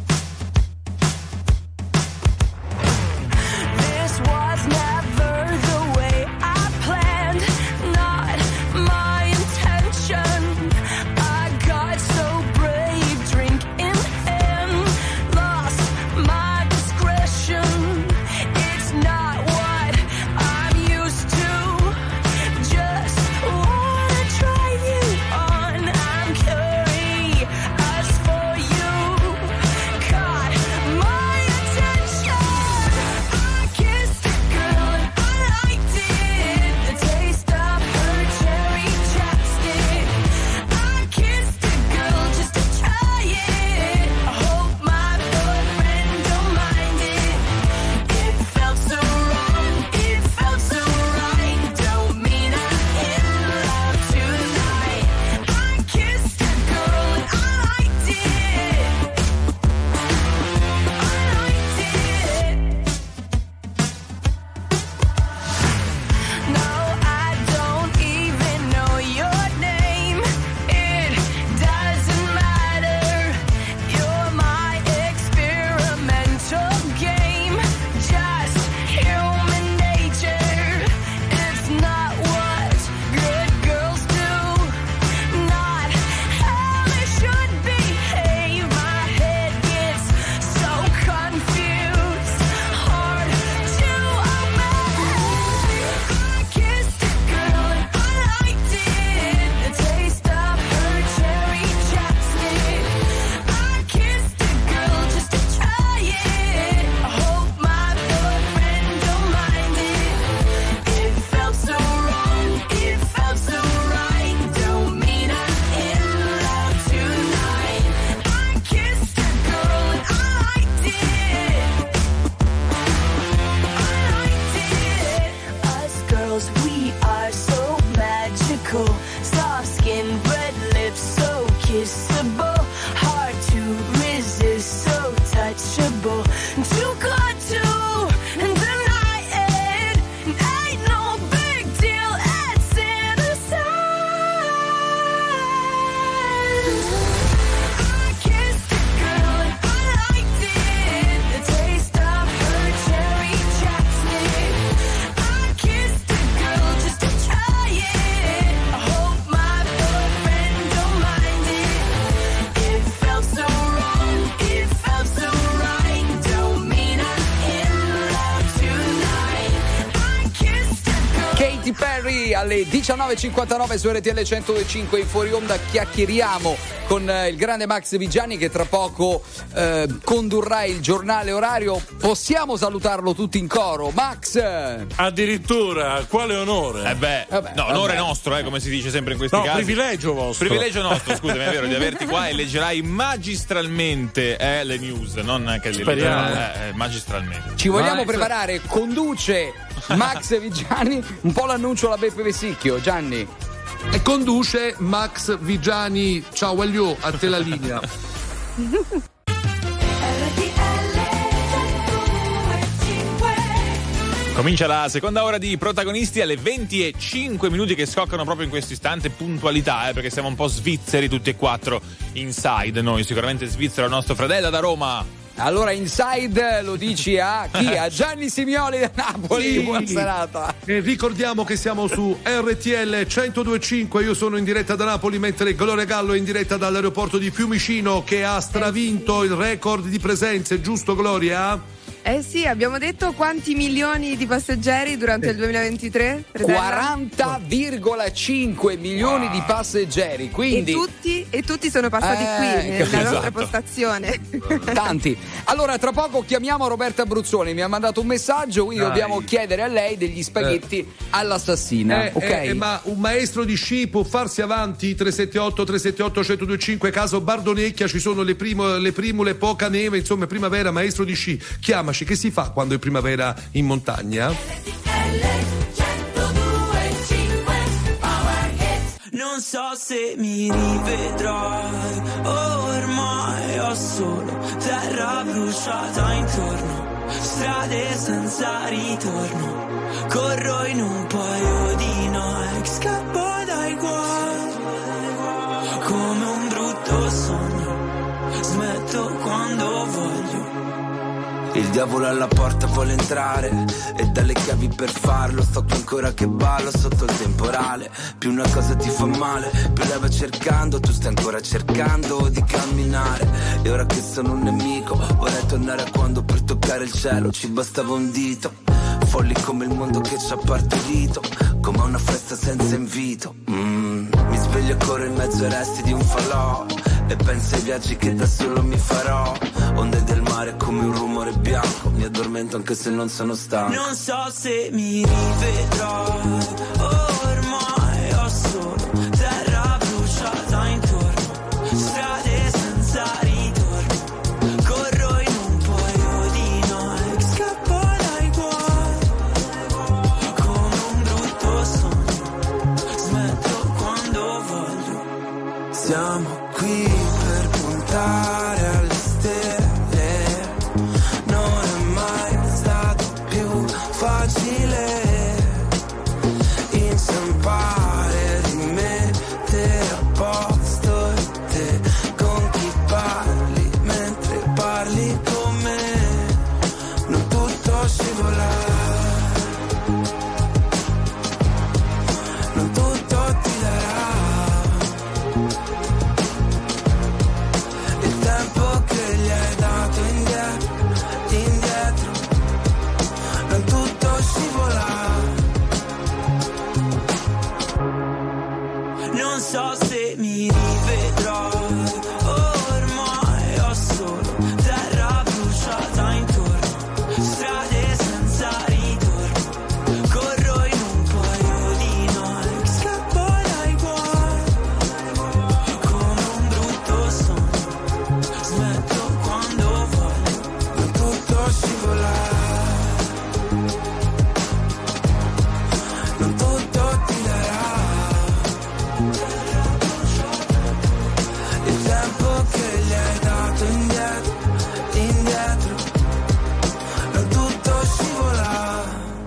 This was never the way I planned, not my intention. I got so brave, drink in hand, lost my discretion. It's not what I'm used to. Just wanna try you on. I'm curious for you. Caught my attention. I kissed a girl and I liked it. The taste of her cherry chapstick. I kissed a girl just to try it. I hope my boyfriend don't mind it. It felt so wrong, it felt so right. Don't mean I'm in love tonight. I kissed a girl and I liked it. I liked it. No, I don't even know your name. It doesn't matter. You're my experimental game. Just human nature. It's not what good girls do. Not how they should behave. My head gets so confused. Hard to obey. I kissed a girl and I liked it. The taste of her cherry chapstick. I kissed a girl just to try it. I hope my boyfriend don't mind it. It felt so wrong, it felt so right. Don't mean I'm in love tonight. I kissed a girl and I liked it. I liked it. Us girls, we are so magical. Soft skin, red lips, so kissable. Hard to resist, so touchable. Too good to deny it. Ain't no big deal, it's innocent. I kissed a girl and I liked it. The taste of her cherry chapstick. I kissed a girl just to try it. I hope my boyfriend don't mind it. It felt so wrong, it felt so right. Don't mean I'm in love tonight. I kissed a girl Katy Perry alle 19.59 su RTL 102.5. In fuori onda chiacchieriamo con il grande Max Vigiani che tra poco condurrà il giornale orario. Possiamo salutarlo tutti in coro, Max? Addirittura, quale onore? Onore nostro, come si dice sempre in questi casi. Privilegio vostro. Privilegio nostro, scusami, è vero, di averti qua e leggerai magistralmente le news, non che magistralmente. Ci vogliamo preparare, conduce Max Vigiani, un po' l'annuncio alla Beppe Vesicchio, Gianni. E conduce Max Vigiani. Ciao Elio, a te la linea. Comincia la seconda ora di Protagonisti alle 20:05 che scoccano proprio in questo istante, puntualità, perché siamo un po' svizzeri tutti e quattro inside, noi sicuramente svizzero il nostro Fredella da Roma. Allora inside lo dici a chi? A Gianni Simioli da Napoli. Sì. Buona serata. E ricordiamo che siamo su RTL 102.5. Io sono in diretta da Napoli, mentre Gloria Gallo è in diretta dall'aeroporto di Fiumicino, che ha stravinto il record di presenze, giusto Gloria? Eh sì, abbiamo detto quanti milioni di passeggeri durante il 2023? 40,5 milioni di passeggeri, quindi e tutti sono passati qui nella nostra postazione. Tanti. Allora tra poco chiamiamo Roberta Bruzzoni, mi ha mandato un messaggio, quindi dobbiamo chiedere a lei degli spaghetti all'assassina. Ok. Ma un maestro di sci può farsi avanti? 378 1025, caso Bardonecchia, ci sono le primule, poca neve, insomma primavera, maestro di sci, chiamaci. Che si fa quando è primavera in montagna? Non so se mi rivedrai, ormai ho solo terra bruciata intorno, strade senza ritorno, corro in un paio di Nike, scappo dai guai, come un brutto sogno, smetto quando voglio. Il diavolo alla porta vuole entrare e dalle chiavi per farlo. Sto qui ancora che ballo sotto il temporale. Più una cosa ti fa male, più la vai cercando. Tu stai ancora cercando di camminare. E ora che sono un nemico vorrei tornare a quando per toccare il cielo ci bastava un dito. Folli come il mondo che ci ha partorito, come una festa senza invito. Mi sveglio e corro in mezzo ai resti di un falò e penso ai viaggi che da solo mi farò. Onde del mare come un rumore bianco, mi addormento anche se non sono stanco. Non so se mi rivedrai, ormai ho solo terra bruciata intorno, strade senza ritorno, corro in un paio di Nike, scappo dai guai, come un brutto sogno, smetto quando voglio. Siamo qui per puntare alle stelle. Facile inciampare, rimettere a posto te con chi parli mentre parli con me. Non tutto scivola, non tutto ti darà il tempo che gli hai dato indietro. Non tutto scivola. Non so se mi rivedrai, ormai ho solo terra bruciata intorno, strade senza ritorno, corro in un paio di Nike, scappo dai guai, come un brutto sogno, smetto quando voglio. Non tutto scivola. Non tutto ti darà il tempo che gli hai dato indietro, indietro. Non tutto scivola.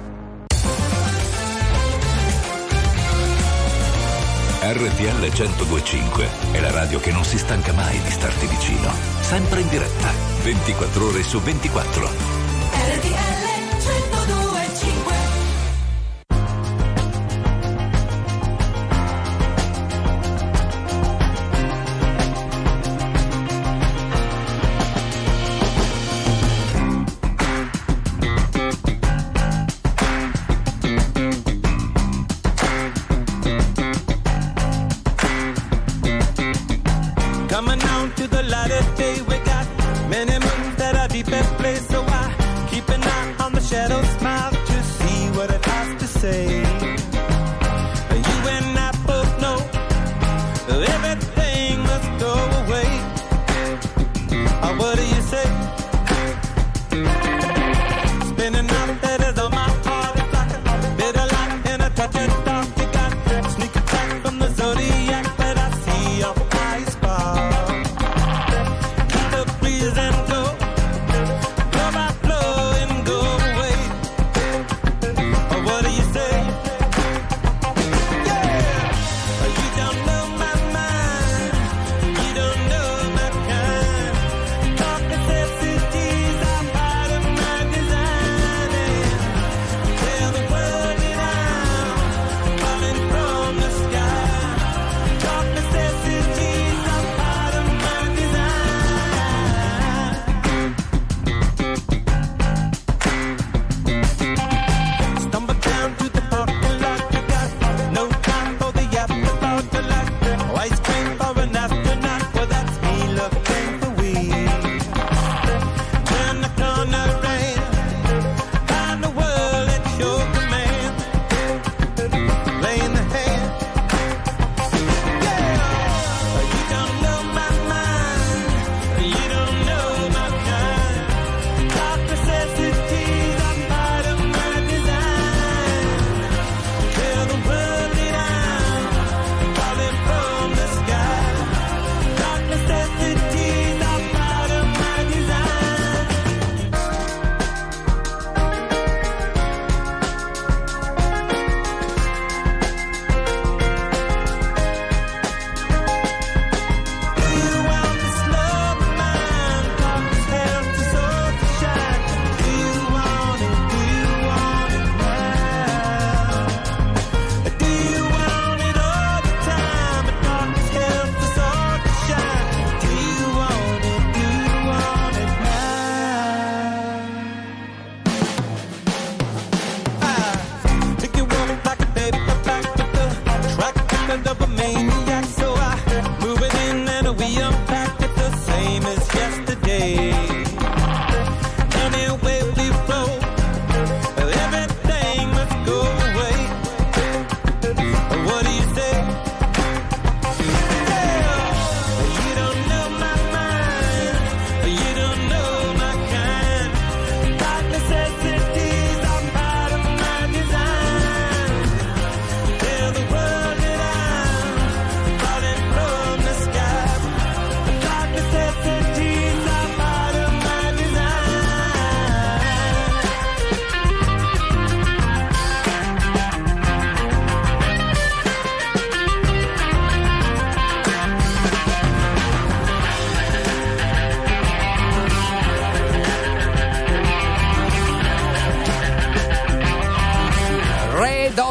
RTL 102.5 è la radio che non si stanca mai di starti vicino, sempre in diretta, 24 ore su 24. RTL 102.5.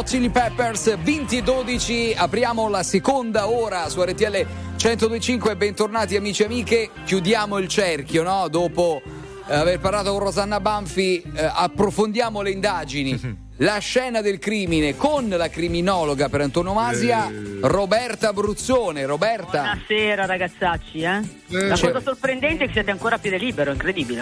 Chili Peppers, 20:12, apriamo la seconda ora su RTL 102.5. Bentornati amici e amiche, chiudiamo il cerchio, no? Dopo aver parlato con Rosanna Banfi, approfondiamo le indagini. La scena del crimine con la criminologa per antonomasia, Roberta Bruzzone. Roberta. Buonasera ragazzacci, La cosa sorprendente è che siete ancora a piede libero, incredibile.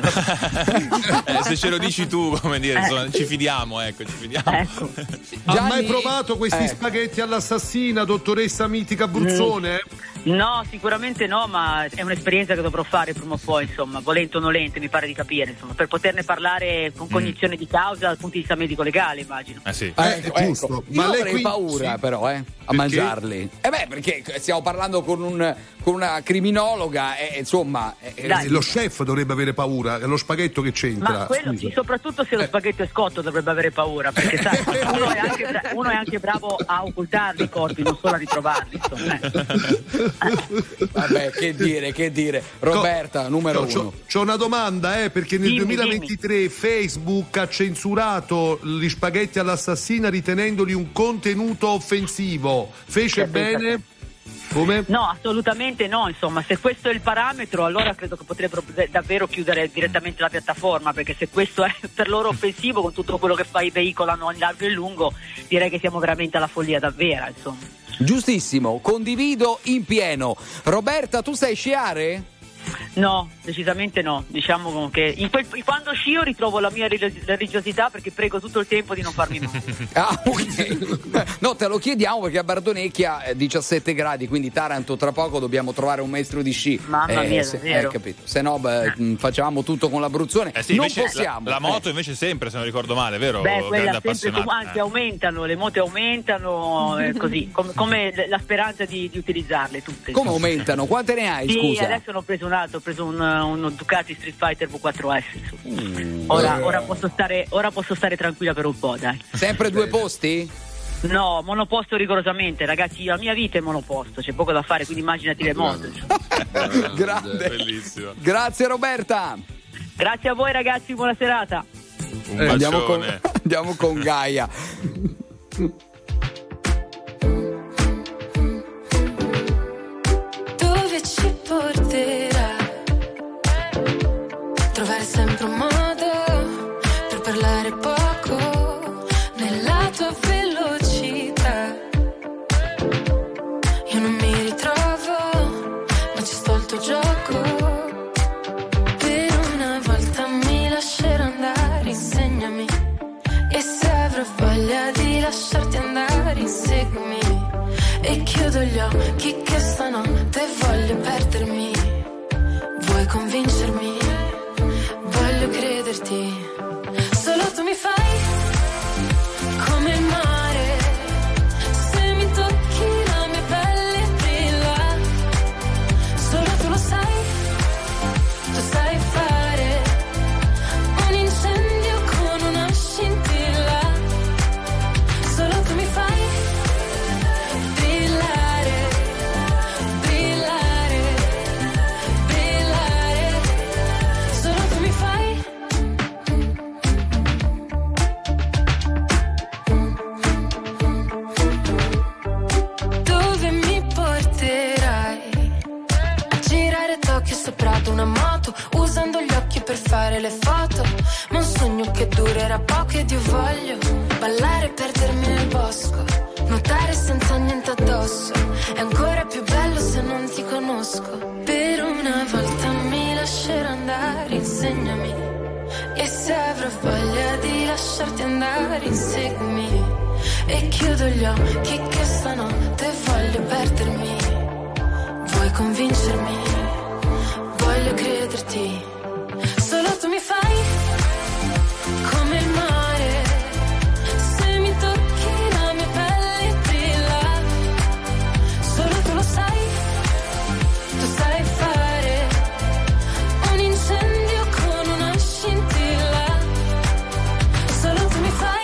Se ce lo dici tu, come dire, insomma, ci fidiamo, ecco, ci fidiamo. Ecco. Ha mai provato questi spaghetti all'assassina, dottoressa mitica Bruzzone? No, sicuramente no, ma è un'esperienza che dovrò fare prima o poi, insomma, volente o nolente, mi pare di capire, insomma, per poterne parlare con cognizione di causa dal punto di vista medico-legale, immagino. Sì. Giusto. Ma lei avrei paura però, a mangiarli. Perché stiamo parlando con una criminologa, insomma. Lo chef dovrebbe avere paura, è lo spaghetto che c'entra. Ma quello sì, soprattutto se lo spaghetto è scotto dovrebbe avere paura, perché sai, uno è anche bravo a occultarli i corpi, non solo a ritrovarli, insomma. Vabbè, che dire. Roberta, numero uno. C'ho una domanda, perché nel 2023 Facebook ha censurato gli spaghetti all'assassina ritenendoli un contenuto offensivo. Fece bene? Come? No, assolutamente no, insomma, se questo è il parametro, allora credo che potrebbero davvero chiudere direttamente la piattaforma, perché se questo è per loro offensivo con tutto quello che veicolano in largo e in lungo, direi che siamo veramente alla follia davvera, insomma. Giustissimo, condivido in pieno. Roberta, tu sai sciare? No, decisamente no. Diciamo che quando scio ritrovo la mia religiosità, perché prego tutto il tempo di non farmi male. Ok. No, te lo chiediamo perché a Bardonecchia 17 gradi, quindi Taranto tra poco dobbiamo trovare un maestro di sci. Mamma mia, davvero. Capito. Se no facevamo tutto con la Bruzzone. Sì, non possiamo. La moto invece sempre, se non ricordo male, vero? Quella sempre, anzi aumentano, le moto aumentano, così, come la speranza di utilizzarle tutte. Come aumentano? Quante ne hai, scusa? Adesso ne ho preso ho preso un Ducati Street Fighter V4S. Ora posso stare tranquilla per un po', dai. Sempre due posti? No, monoposto rigorosamente, ragazzi, la mia vita è monoposto, c'è poco da fare, quindi immaginati le moto. Grande. Bellissimo. Grazie Roberta. Grazie a voi ragazzi, buona serata. Andiamo con Gaia. Dove ci porterà? Trovare sempre un modo per parlare poco nella tua velocità. Io non mi ritrovo, ma ci sto il tuo gioco. Per una volta mi lascerò andare, insegnami. E se avrò voglia di lasciarti andare, inseguimi. E chiudo gli occhi che stanotte voglio perdermi. Vuoi convincermi? Voglio crederti. Solo tu mi fai come il mare. Se mi tocchi la mia pelle brilla. Solo tu lo sai. Tu sai fare un incendio con una scintilla. Solo tu mi fai una moto, usando gli occhi per fare le foto. Ma un sogno che durerà poco ed io voglio ballare e perdermi nel bosco, nuotare senza niente addosso. È ancora più bello se non ti conosco. Per una volta mi lascerò andare, insegnami. E se avrò voglia di lasciarti andare, inseguimi. E chiudo gli occhi che stanotte voglio perdermi. Vuoi convincermi? Voglio crederti. Solo tu mi fai come il mare. Se mi tocchi la mia pelle brilla. Solo tu lo sai. Tu sai fare un incendio con una scintilla. Solo tu mi fai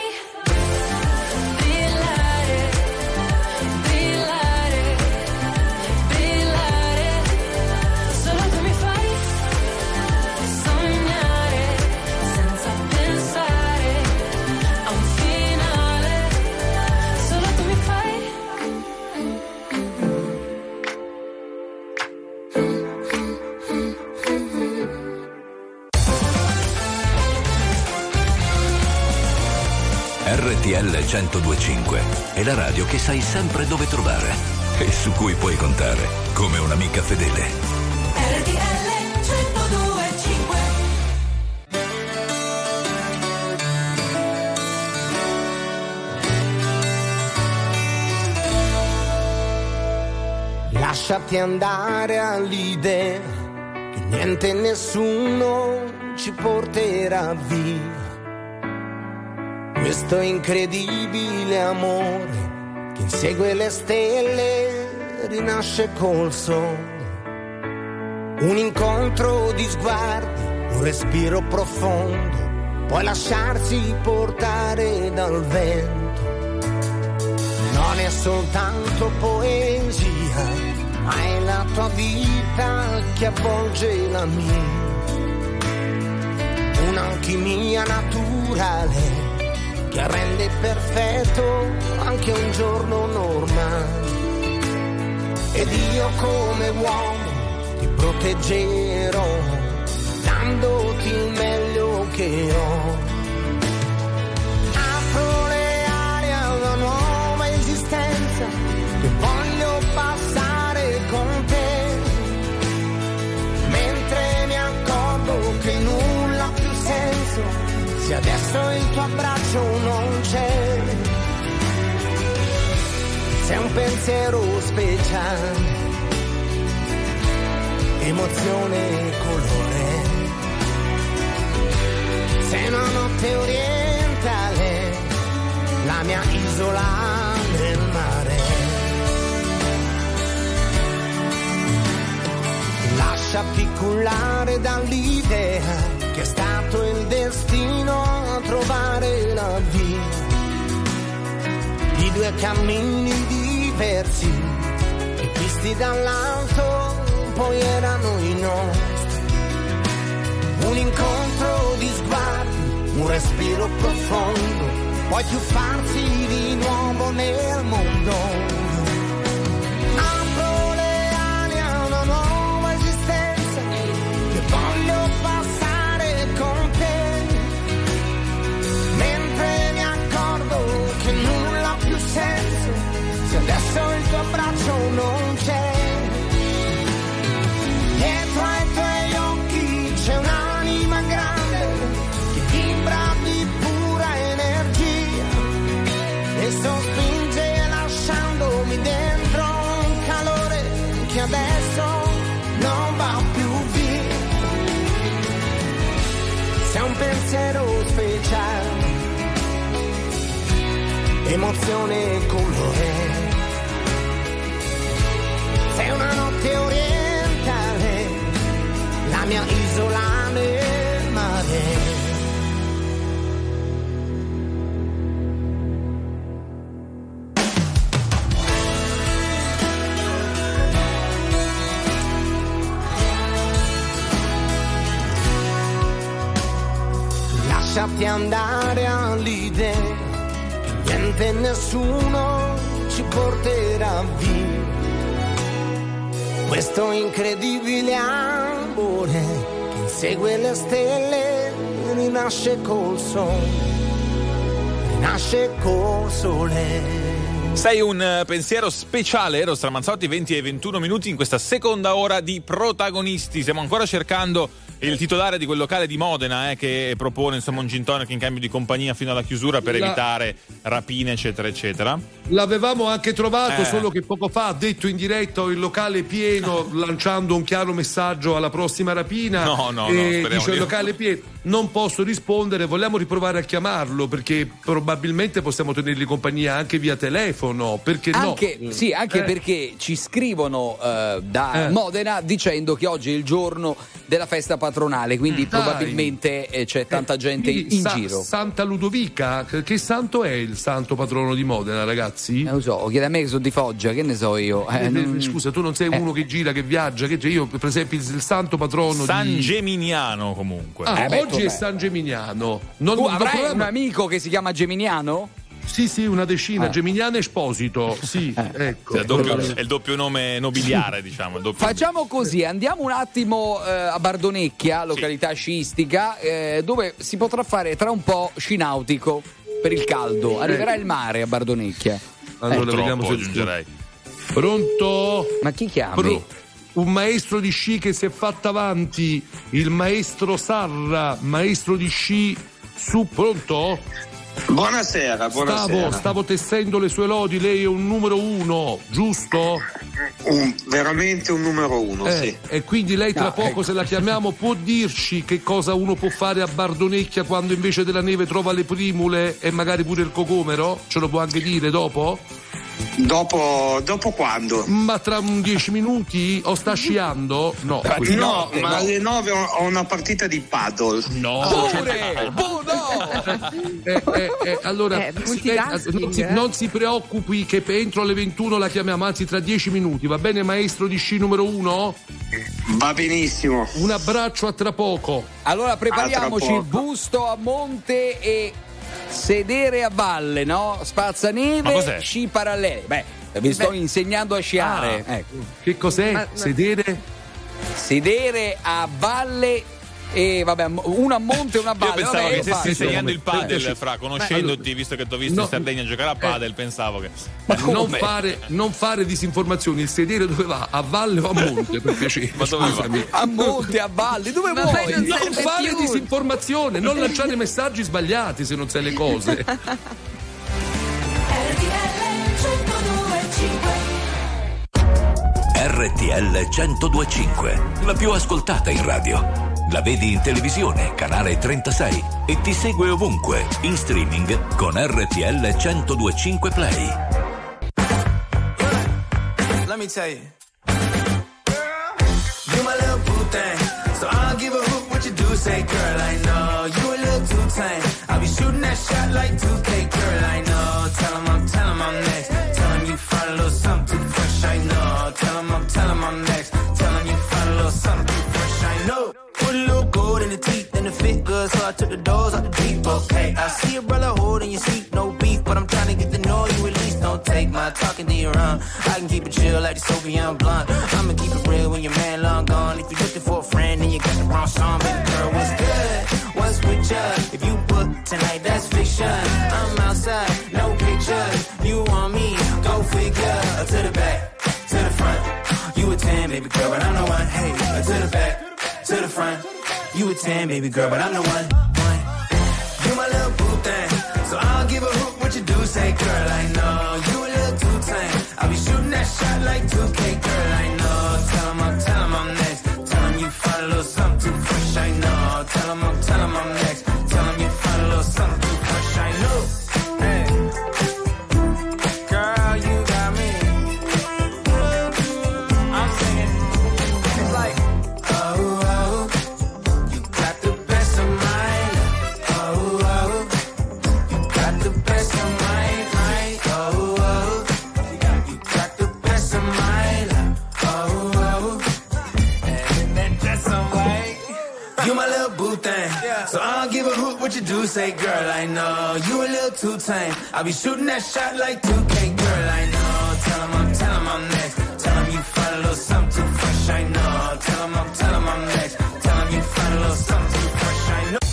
brillare, brillare, brillare. Solo tu mi fai RTL 102.5 è la radio che sai sempre dove trovare e su cui puoi contare come un'amica fedele. RTL 102.5. Lasciati andare all'idea che niente e nessuno ci porterà via. Questo incredibile amore che insegue le stelle rinasce col sole. Un incontro di sguardi, un respiro profondo, poi lasciarsi portare dal vento. Non è soltanto poesia, ma è la tua vita che avvolge la mia. Un'alchimia naturale che rende perfetto anche un giorno normale. Ed io come uomo ti proteggerò, dandoti il meglio che ho. Apro le ali a una nuova esistenza che voglio passare con te, mentre mi accorgo che nulla ha più senso se adesso il tuo abbraccio non c'è. Sei un pensiero speciale, emozione e colore. Sei una notte orientale, la mia isola nel mare. Lasciati cullare dall'idea che è stato il destino a trovare la via di due cammini diversi che visti dall'alto poi erano i nostri. Un incontro di sguardi, un respiro profondo, poi tuffarsi di nuovo nel mondo. Apro le ali a una nuova esistenza che voglio passare con te, mentre mi accorgo che nulla ha più senso se adesso il tuo abbraccio non c'è. Dietro ai tuoi occhi c'è un'anima grande che vibra di pura energia e sospinge lasciandomi dentro un calore che adesso non va più via. Sei un pensiero speciale, emozione e colore. Sei una notte orientale, la mia isola nel mare. Lasciati andare all'idea che niente e nessuno ci porterà via. Questo incredibile amore che insegue le stelle rinasce col sole, rinasce col sole. Sei un pensiero speciale, Eros Ramazzotti, 20 e 21 minuti in questa seconda ora di Protagonisti. Stiamo ancora cercando il titolare di quel locale di Modena che propone insomma un gin tonic in cambio di compagnia fino alla chiusura per evitare rapine eccetera eccetera. L'avevamo anche trovato, solo che poco fa ha detto in diretta il locale è pieno, lanciando un chiaro messaggio alla prossima rapina. No, dice il locale è pieno, non posso rispondere, vogliamo riprovare a chiamarlo perché probabilmente possiamo tenergli compagnia anche via telefono, perché anche, no? Sì, anche perché ci scrivono da Modena dicendo che oggi è il giorno della festa patronale, quindi probabilmente c'è tanta gente in giro. Santa Ludovica, che santo è il santo patrono di Modena, ragazzi? Non lo so, chiede a me che sono di Foggia, che ne so io. Scusa, tu non sei uno che gira, che viaggia, che io per esempio il santo patrono San Geminiano comunque. Oggi è San Geminiano. Tu avrai un amico che si chiama Geminiano? Sì, una decina, Geminiano Esposito, sì, ecco. È il doppio nome nobiliare, diciamo. Facciamo così, andiamo un attimo a Bardonecchia, località sciistica, dove si potrà fare tra un po' sci nautico. per il caldo. Arriverà il mare a Bardonecchia. Allora vediamo se aggiungerei. Pronto? Ma chi chiami? Un maestro di sci che si è fatto avanti, il maestro Sarra, maestro di sci su. Pronto? Buonasera. Stavo tessendo le sue lodi, lei è un numero 1, giusto? Veramente un numero 1, sì. E quindi lei tra poco, se la chiamiamo, può dirci che cosa uno può fare a Bardonecchia quando invece della neve trova le primule e magari pure il cocomero? Ce lo può anche dire dopo? Dopo quando? Ma tra 10 minuti? O sta sciando? No, ma alle 9 ho una partita di paddle. Allora non si preoccupi che entro alle 21 la chiamiamo, anzi tra 10 minuti, va bene, maestro di sci numero 1? Va benissimo. Un abbraccio, a tra poco. Allora prepariamoci, busto a monte e sedere a valle, no? Spazzaneve, sci paralleli. Vi sto insegnando a sciare. Ecco. Che cos'è? Sedere a valle e vabbè, una a monte e una a valle. Io pensavo che stessi insegnando il padel, padel, Fra, conoscendoti, visto che ti ho visto in Sardegna giocare a padel, pensavo che non fare disinformazioni. Il sedere dove va? A valle o a monte, per piacere? Ma dove va? A monte, a valle, dove vuoi? Non fare disinformazione, non lanciare messaggi sbagliati se non sai le cose. RTL 102.5, la più ascoltata in radio. La vedi in televisione, canale 36, e ti segue ovunque, in streaming con RTL 102.5 Play. Let me tell you, you my little boo thing, so I'll give a hoot what you do. Say, girl, I know you a little too tame. I'll be shooting that shot like 2K, girl, I know. Tell 'em I'm next. Tell 'em you find a little something too fresh, I know. Tell 'em I'm next. Tell 'em you find a little something too fresh, I know. Put a little gold in the teeth and it fit good, so I took the doors out the deep, okay. I see a brother holding your seat, no beef, but I'm trying to get to know you at least. Don't take my talking to your own. I can keep it chill like the Soviet blunt. I'ma keep it real when your man long gone. If you're looking for a friend and you got the wrong song, baby girl, what's good? What's with you? If you book tonight, that's fiction. I'm outside, no pictures. You want me? Go figure. To the back, to the front. You a 10, baby girl, but I'm the one. Hey, to the back, to the front. You a 10, baby girl, but I'm the one. You my little boo thing, so I'll give a hoot what you do. Say, girl, I know you a little too tame. I'll be shooting that shot like 2K, girl, I know. Tell 'em I'm next. Tell 'em you find a little something too fresh, I know. Tell 'em I'm next. Tell 'em you find a little something too fresh, I know. Hey, girl, you got me. I'm singing. It's like, oh, you got the best of mine. Oh, you got the best of mine. Oh, you got the best of mine. Oh, and then just some way. You my little boo thing, so I don't give a hoot what you do. Say, girl, I know you a little too tame. I'll be shooting that shot like 2K, girl, I know. Tell 'em I'm next. Tell 'em you find a little something too fresh, I know. Tell 'em I'm next. Tell 'em you find a little something too fresh, I know.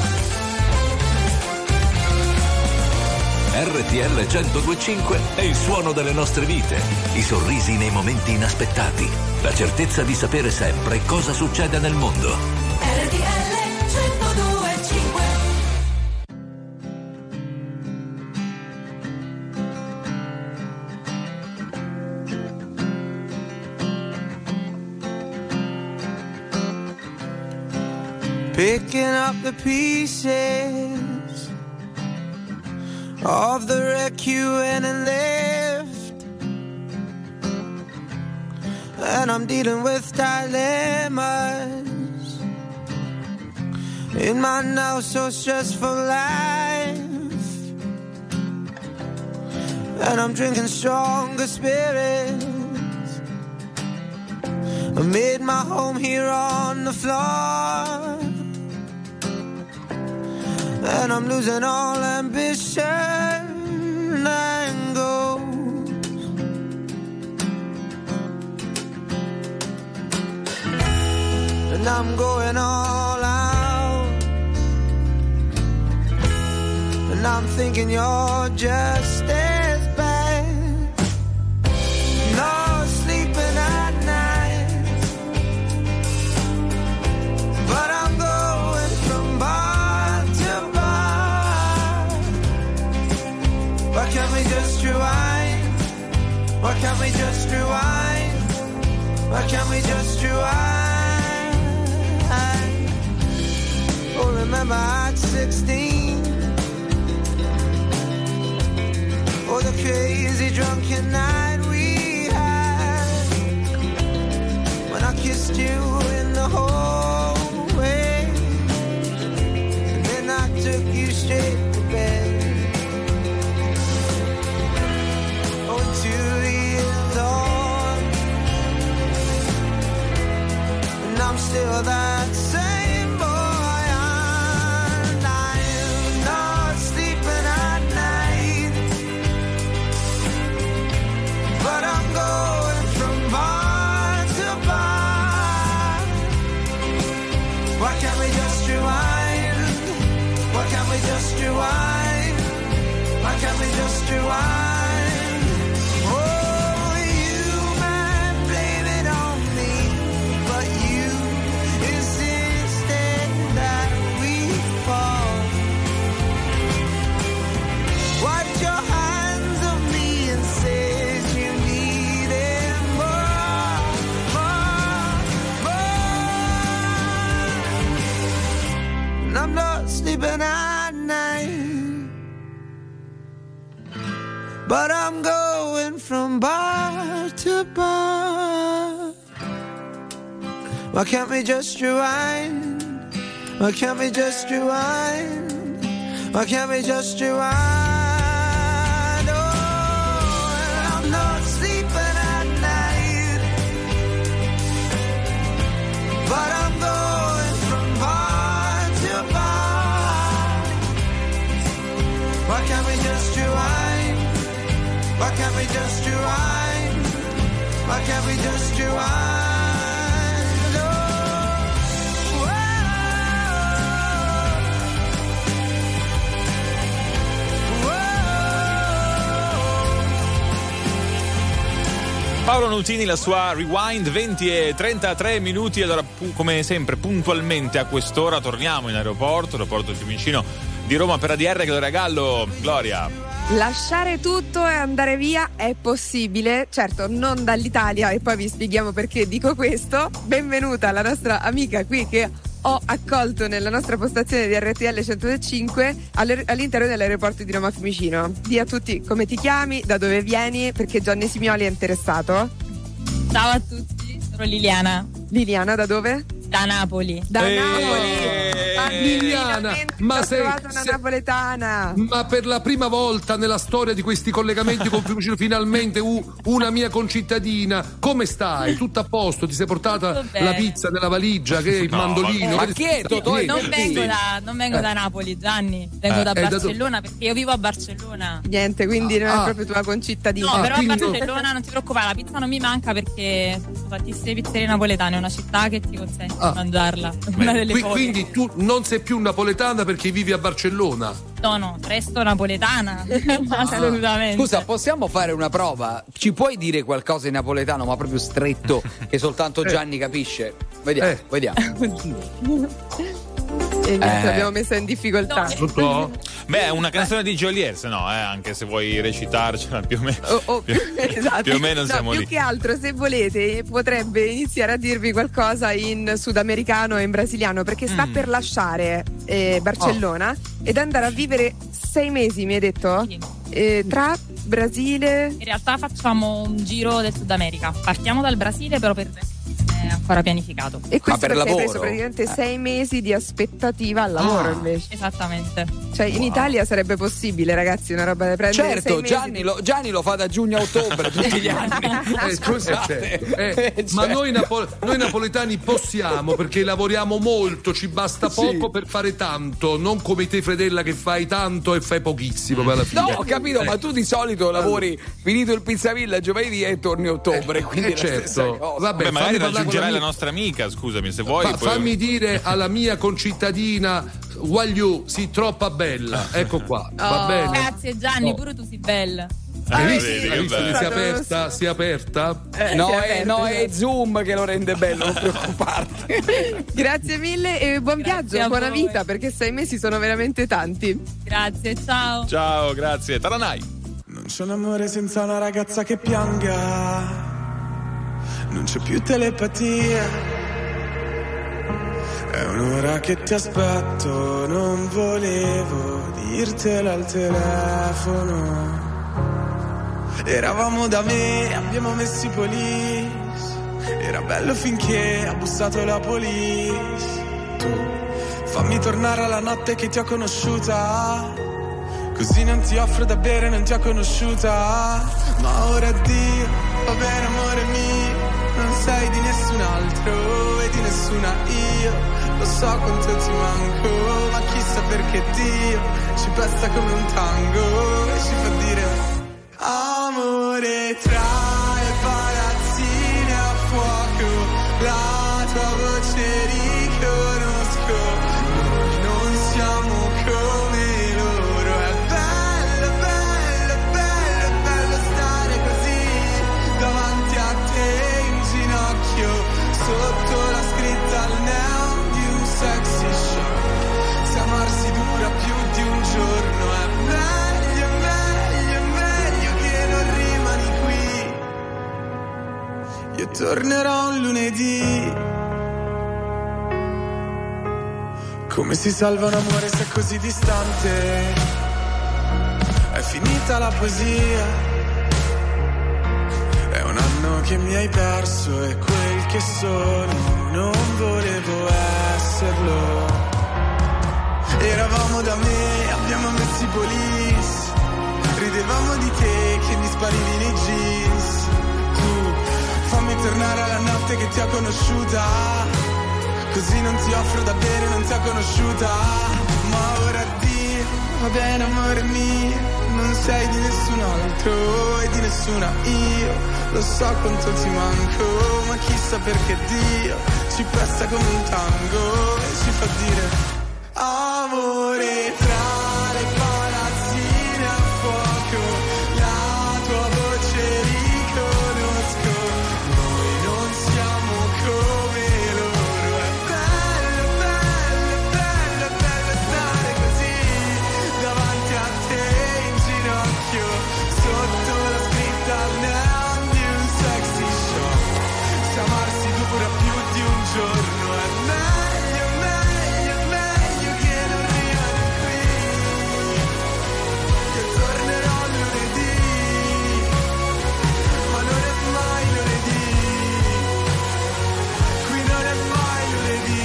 RTL 102.5 è il suono delle nostre vite, i sorrisi nei momenti inaspettati, la certezza di sapere sempre cosa succede nel mondo. RTL 102.5. Picking up the pieces of the wreck you went and left, and I'm dealing with dilemmas in my now so stressful life, and I'm drinking stronger spirits. I made my home here on the floor, and I'm losing all ambition and goals. And I'm going all out, and I'm I'm thinking you're just as bad. No sleeping at night, but I'm going from bar to bar. Why can't we just rewind? Why can't we just rewind? Why can't we just rewind? Oh, remember at 16. Oh, the crazy drunken night we had when I kissed you in the hallway, and then I took you straight to bed. Oh, 2 years on, and I'm still that same boy. And I'm not sleeping at night, but I'm going from bar to bar. Why can't we just rewind? Why can't we just rewind? Why can't we just rewind? Oh, you might blame it on me, but you insisted that we fall. Wiped your hands on me and said you needed more, more. And I'm not sleeping at night, but I'm going from bar to bar. Why can't we just rewind? Why can't we just rewind? Why can't we just rewind? Oh, and I'm not sleeping at night, but I'm going from bar to bar. Why can't we just rewind? Why can't we just rewind? Why can't we just rewind? Paolo Nutini, la sua Rewind, 20:33. Allora, come sempre, puntualmente a quest'ora torniamo in aeroporto Fiumicino di Roma per ADR Gloria Gallo. Gloria. Lasciare tutto e andare via è possibile, certo non dall'Italia, e poi vi spieghiamo perché dico questo. Benvenuta la nostra amica qui che ho accolto nella nostra postazione di RTL 105 all'interno dell'aeroporto di Roma Fiumicino. Di a tutti come ti chiami, da dove vieni, perché Gianni Simioli è interessato. Ciao a tutti, sono Liliana. Liliana, da dove? Da Napoli. Da Napoli. Liliana, ma sei trovata una napoletana. Ma per la prima volta nella storia di questi collegamenti con Fiumicino finalmente una mia concittadina. Come stai? Tutto a posto? Ti sei portata la pizza nella valigia? Che il mandolino? Ma chi è? Non vengo da Napoli, Gianni. Vengo da Barcellona perché io vivo a Barcellona. Niente, quindi non è proprio tua concittadina. No, però a Barcellona non ti preoccupare, la pizza non mi manca perché sono tantissime pizzerie napoletane, è una città che ti consente di mangiarla. Una delle poche. Quindi tu non sei più napoletana perché vivi a Barcellona? No, resto napoletana. Assolutamente. Scusa, possiamo fare una prova? Ci puoi dire qualcosa in napoletano, ma proprio stretto, che soltanto Gianni capisce? Vediamo. E l'abbiamo messa in difficoltà. Beh, è una canzone di Geoliers, no? Anche se vuoi recitarcela più o meno. Esatto. Più o meno siamo più lì. Più che altro, se volete, potrebbe iniziare a dirvi qualcosa in sudamericano e in brasiliano, perché sta per lasciare Barcellona ed andare a vivere 6 mesi, mi hai detto? Sì. Tra Brasile. In realtà facciamo un giro del Sud America. Partiamo dal Brasile, però per il resto è ancora pianificato. E questo per perché lavoro? hai preso praticamente 6 mesi di aspettativa al lavoro invece. Esattamente. Cioè in Italia sarebbe possibile, ragazzi, una roba da prendere. Certo, 6 mesi Gianni lo fa da giugno a ottobre tutti gli anni. Scusate, ma noi napoletani possiamo, perché lavoriamo molto, ci basta poco per fare tanto, non come te Fredella che fai tanto e fai pochissimo per la fine. No, ho capito, ma tu di solito lavori finito il Pizza Village, vai via e torni a ottobre, quindi certo. Vabbè, magari fammi parlare mangerai la nostra amica, scusami, se vuoi. Fammi dire alla mia concittadina Guagliù, sì, troppa bella. Ecco qua, va bene. Grazie Gianni, pure tu sei bella. Hai visto che si è aperta? No, è Zoom che lo rende bello, non preoccuparti. Grazie mille e buon viaggio, buona vita, perché 6 mesi sono veramente tanti. Grazie, ciao. Ciao, grazie. Taranai. Non c'è un amore senza una ragazza che pianga, non c'è più telepatia. È un'ora che ti aspetto, non volevo dirtelo al telefono. Eravamo da me, abbiamo messo i police. Era bello finché ha bussato la police. Tu fammi tornare alla notte che ti ho conosciuta, così non ti offro da bere, non ti ho conosciuta. Ma ora addio, va bene amore mio, non sei di nessun altro e di nessuna io. Lo so quanto ti manco, ma chissà perché Dio ci pesta come un tango e ci fa dire amore tra le palazzine a fuoco. La tua voce riconosco, noi non siamo come loro. È bello, bello, bello, bello stare così davanti a te in ginocchio, sotto la scritta al neon di un sexy show. Se amarsi dura più di un giorno è meglio, meglio, meglio che non rimani qui. Io tornerò un lunedì. Come si salva un amore se è così distante? È finita la poesia. È un anno che mi hai perso e quel che sono non volevo esserlo. Eravamo da me, abbiamo messo i police. Ridevamo di te che mi sparivi nei jeans. Tu fammi tornare alla notte che ti ho conosciuta, così non ti offro da bere, non ti ho conosciuta. Ma ora addio, va bene amore mio, non sei di nessun altro e di nessuna io. Lo so quanto ti manco, ma chissà perché Dio ci presta come un tango e ci fa dire amore tra le palazzine a fuoco. La tua voce riconosco, noi non siamo come loro. È bello, bello, bello, bello stare così davanti a te in ginocchio, sotto la scritta al neon di un sexy show. Se amarsi dura più di un giorno è meglio, meglio, meglio che non rimani qui. Io tornerò lunedì, ma non è mai lunedì. Qui non è mai lunedì.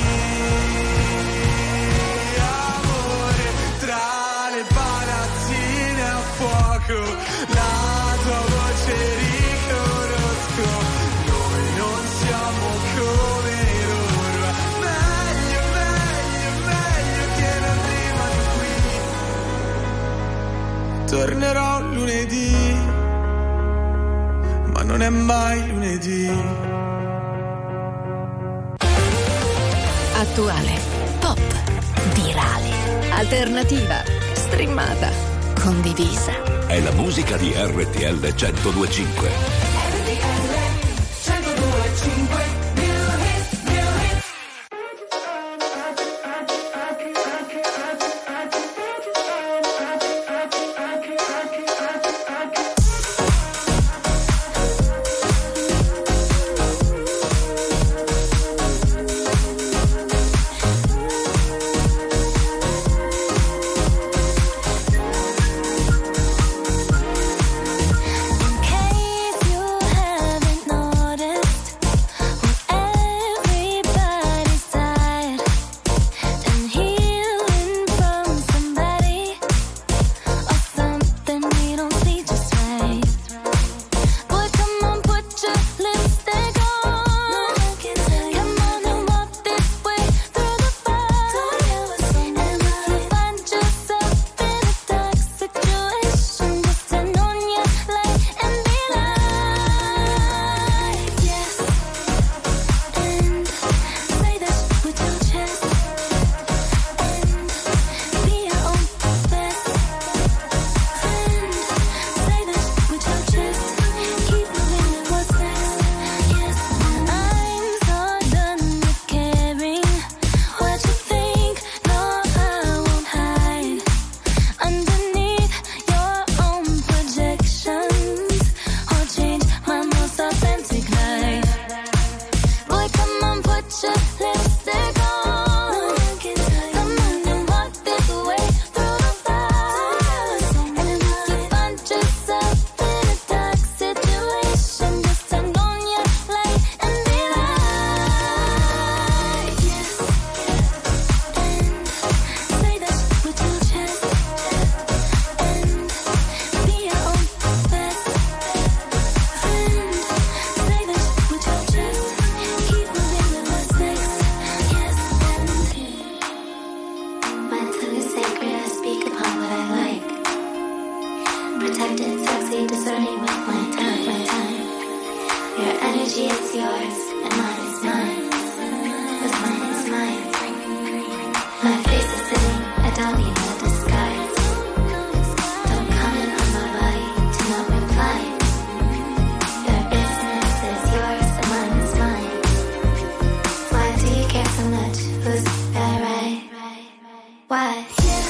Amore tra le palazzine a fuoco, la tua voce riconosco, noi non siamo come loro. Meglio, meglio, meglio che non rimani qui. Tornerò lunedì, ma non è mai lunedì. Attuale, pop, virale, alternativa, streamata, condivisa. È la musica di RTL 102.5. In case you haven't yours and mine is mine. What's mine is mine. My face is sitting, I don't need no disguise. Don't comment on my body to no reply. Your business is yours and mine is mine. Why do you care so much? Who's that right? Why?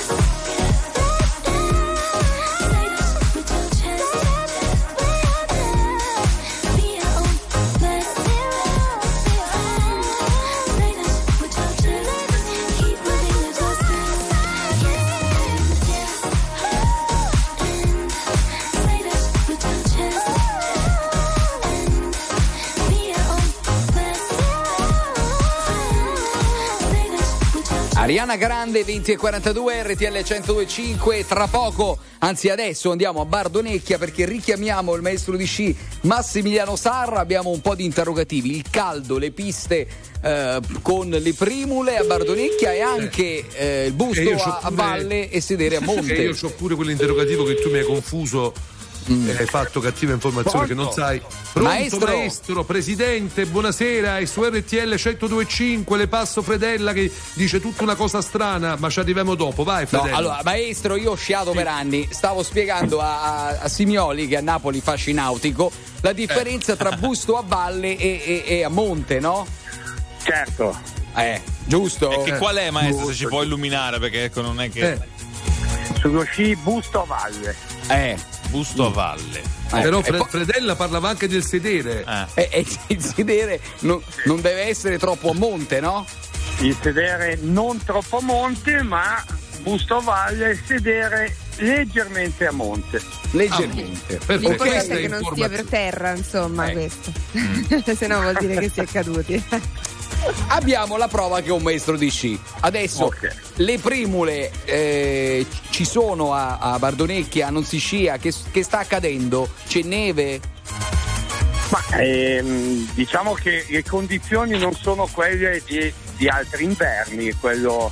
Ariana Grande, 20:42, RTL 102.5. Tra poco, anzi adesso, andiamo a Bardonecchia perché richiamiamo il maestro di sci Massimiliano Sarra. Abbiamo un po' di interrogativi: il caldo, le piste con le primule a Bardonecchia e anche il busto a valle e sedere a monte. E io c'ho pure quell'interrogativo che tu mi hai confuso. Hai fatto cattiva informazione. Pronto? Che non sai. Pronto, maestro, presidente, buonasera. È su RTL 102.5. Le passo Fredella che dice tutta una cosa strana, ma ci arriviamo dopo. Vai, Fredella. No, allora, maestro, io ho sciato per anni. Stavo spiegando a Simioli, che a Napoli fa sci nautico, la differenza tra busto a valle e a monte, no? Certo. Giusto. E che qual è, maestro, se ci può illuminare, perché ecco non è che Sullo sci busto a valle. Busto a valle. Però Fredella parlava anche del sedere. Il sedere non deve essere troppo a monte, no? Il sedere non troppo a monte, ma busto a valle e sedere leggermente a monte. Leggermente. L'importante è che non stia per terra, insomma, questo. Se no vuol dire che si è caduti. Abbiamo la prova che è un maestro di sci. Adesso le primule ci sono a Bardonecchia, non si scia, che sta accadendo? C'è neve? Ma diciamo che le condizioni non sono quelle di altri inverni, quello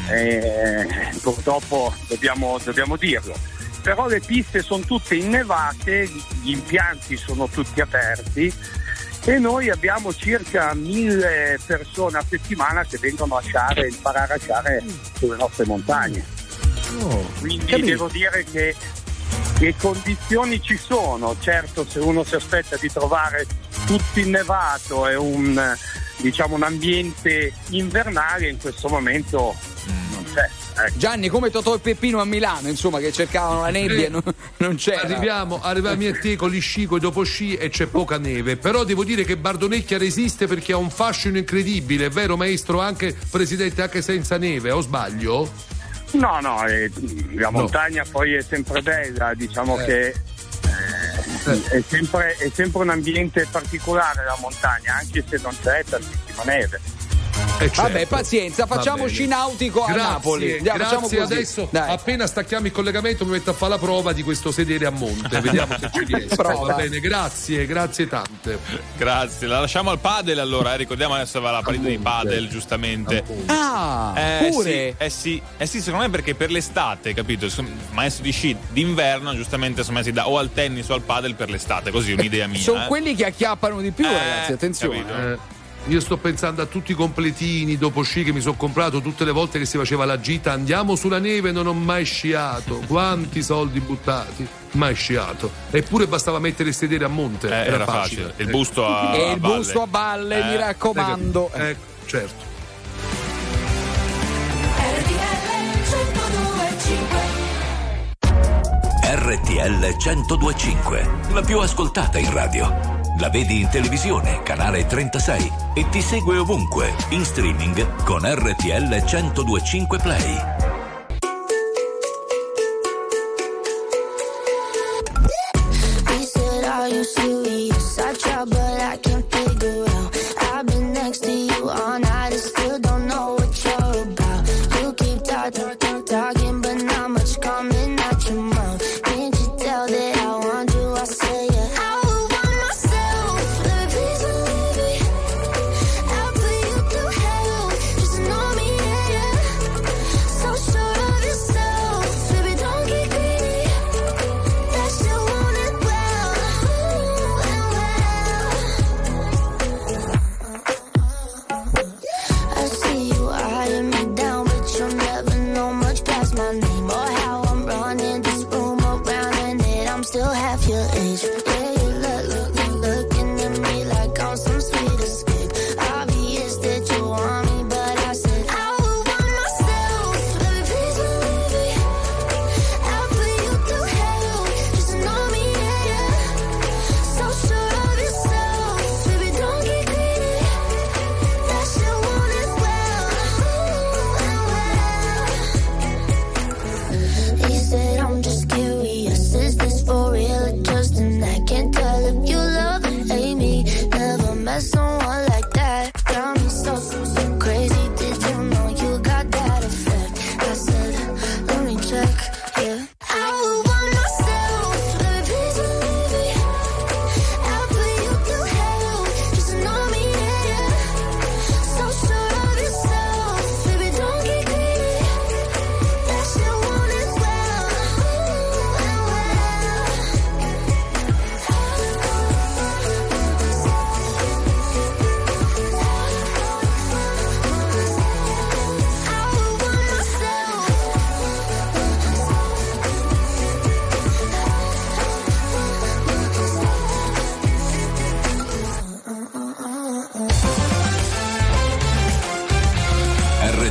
purtroppo dobbiamo dirlo. Però le piste sono tutte innevate, gli impianti sono tutti aperti e noi abbiamo circa 1000 persone a settimana che vengono a imparare a sciare sulle nostre montagne. Quindi devo dire che le condizioni ci sono. Certo, se uno si aspetta di trovare tutto innevato e un ambiente invernale, in questo momento non c'è. Gianni, come Totò e Peppino a Milano, insomma, che cercavano la nebbia e non c'era. Arriviamo a te con gli sci, con i dopo sci e c'è poca neve. Però devo dire che Bardonecchia resiste perché ha un fascino incredibile, è vero, maestro? Anche presidente, anche senza neve, o sbaglio? No, la montagna poi è sempre bella, diciamo che è sempre un ambiente particolare la montagna, anche se non c'è tantissima neve. Certo. Vabbè, pazienza, facciamo sci nautico a Napoli. Grazie, adesso appena stacchiamo il collegamento mi metto a fare la prova di questo sedere a monte. Vediamo se ci riesco. Va bene, grazie tante. Grazie, la lasciamo al padel allora, ricordiamo adesso va la partita di padel, giustamente. Pure? Sì, secondo me perché per l'estate, capito? Il maestro di sci d'inverno giustamente sono messi o al tennis o al padel per l'estate, così è un'idea mia. Sono quelli che acchiappano di più, ragazzi, attenzione. Io sto pensando a tutti i completini dopo sci che mi sono comprato tutte le volte che si faceva la gita. Andiamo sulla neve, non ho mai sciato. Quanti soldi buttati, mai sciato. Eppure bastava mettere il sedere a monte. Era facile. Il busto a valle. Il busto a valle, mi raccomando. Certo. RTL 102.5, la più ascoltata in radio. La vedi in televisione, canale 36 e ti segue ovunque, in streaming con RTL 102.5 Play. He said, are you serious? I try but I can't figure out. I've been next to you all night and still don't know what you're about. You keep talking but not much coming out your mouth. Can't you tell that I want you? I say it.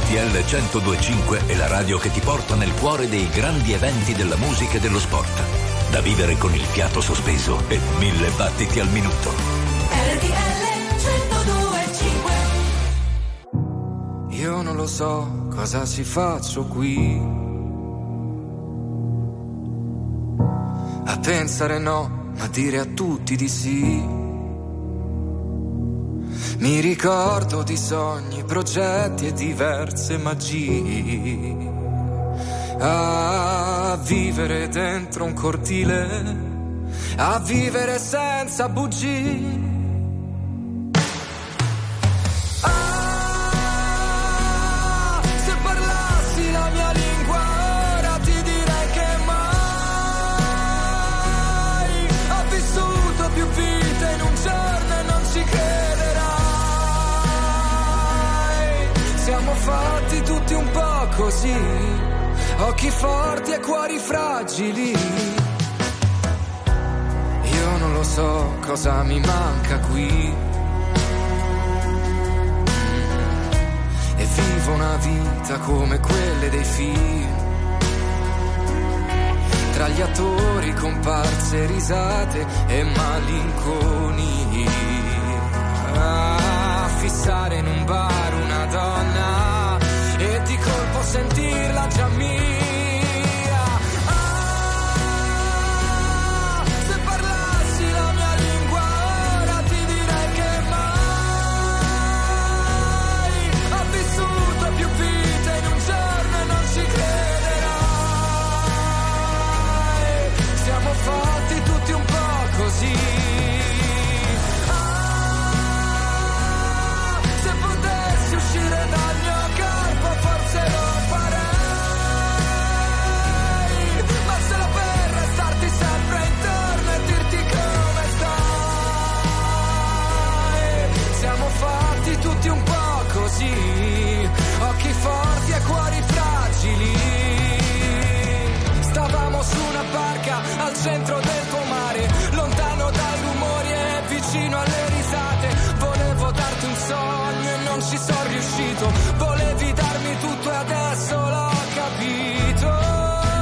RTL 102.5 è la radio che ti porta nel cuore dei grandi eventi della musica e dello sport. Da vivere con il fiato sospeso e 1000 battiti al minuto. RTL 102.5. Io non lo so cosa ci faccio qui, a pensare no, ma dire a tutti di sì. Mi ricordo di sogni, progetti e diverse magie, a vivere dentro un cortile, a vivere senza bugie. Se parlassi la mia lingua ora ti direi che mai ho vissuto più vite in un giorno e non ci crederai. Siamo fatti tutti un po' così, occhi forti e cuori fragili. Io non lo so cosa mi manca qui, e vivo una vita come quelle dei film, tra gli attori, comparse, risate e malinconia, a fissare in un bar una donna e di colpo sentirla già mia. Se parlassi la mia lingua ora ti direi che mai ho vissuto più vite in un giorno e non ci crederai. Siamo fatti tutti un po' così. Se potessi uscire dal mio corpo forse lo farei, ma solo per restarti sempre intorno e dirti come stai. Siamo fatti tutti un po' così, occhi forti e cuori fragili. Stavamo su una barca al centro del mare, lontano dai rumori e vicino alle risate. Volevo darti un sogno e non ci sono riuscito, volevi darmi tutto e adesso l'ho capito.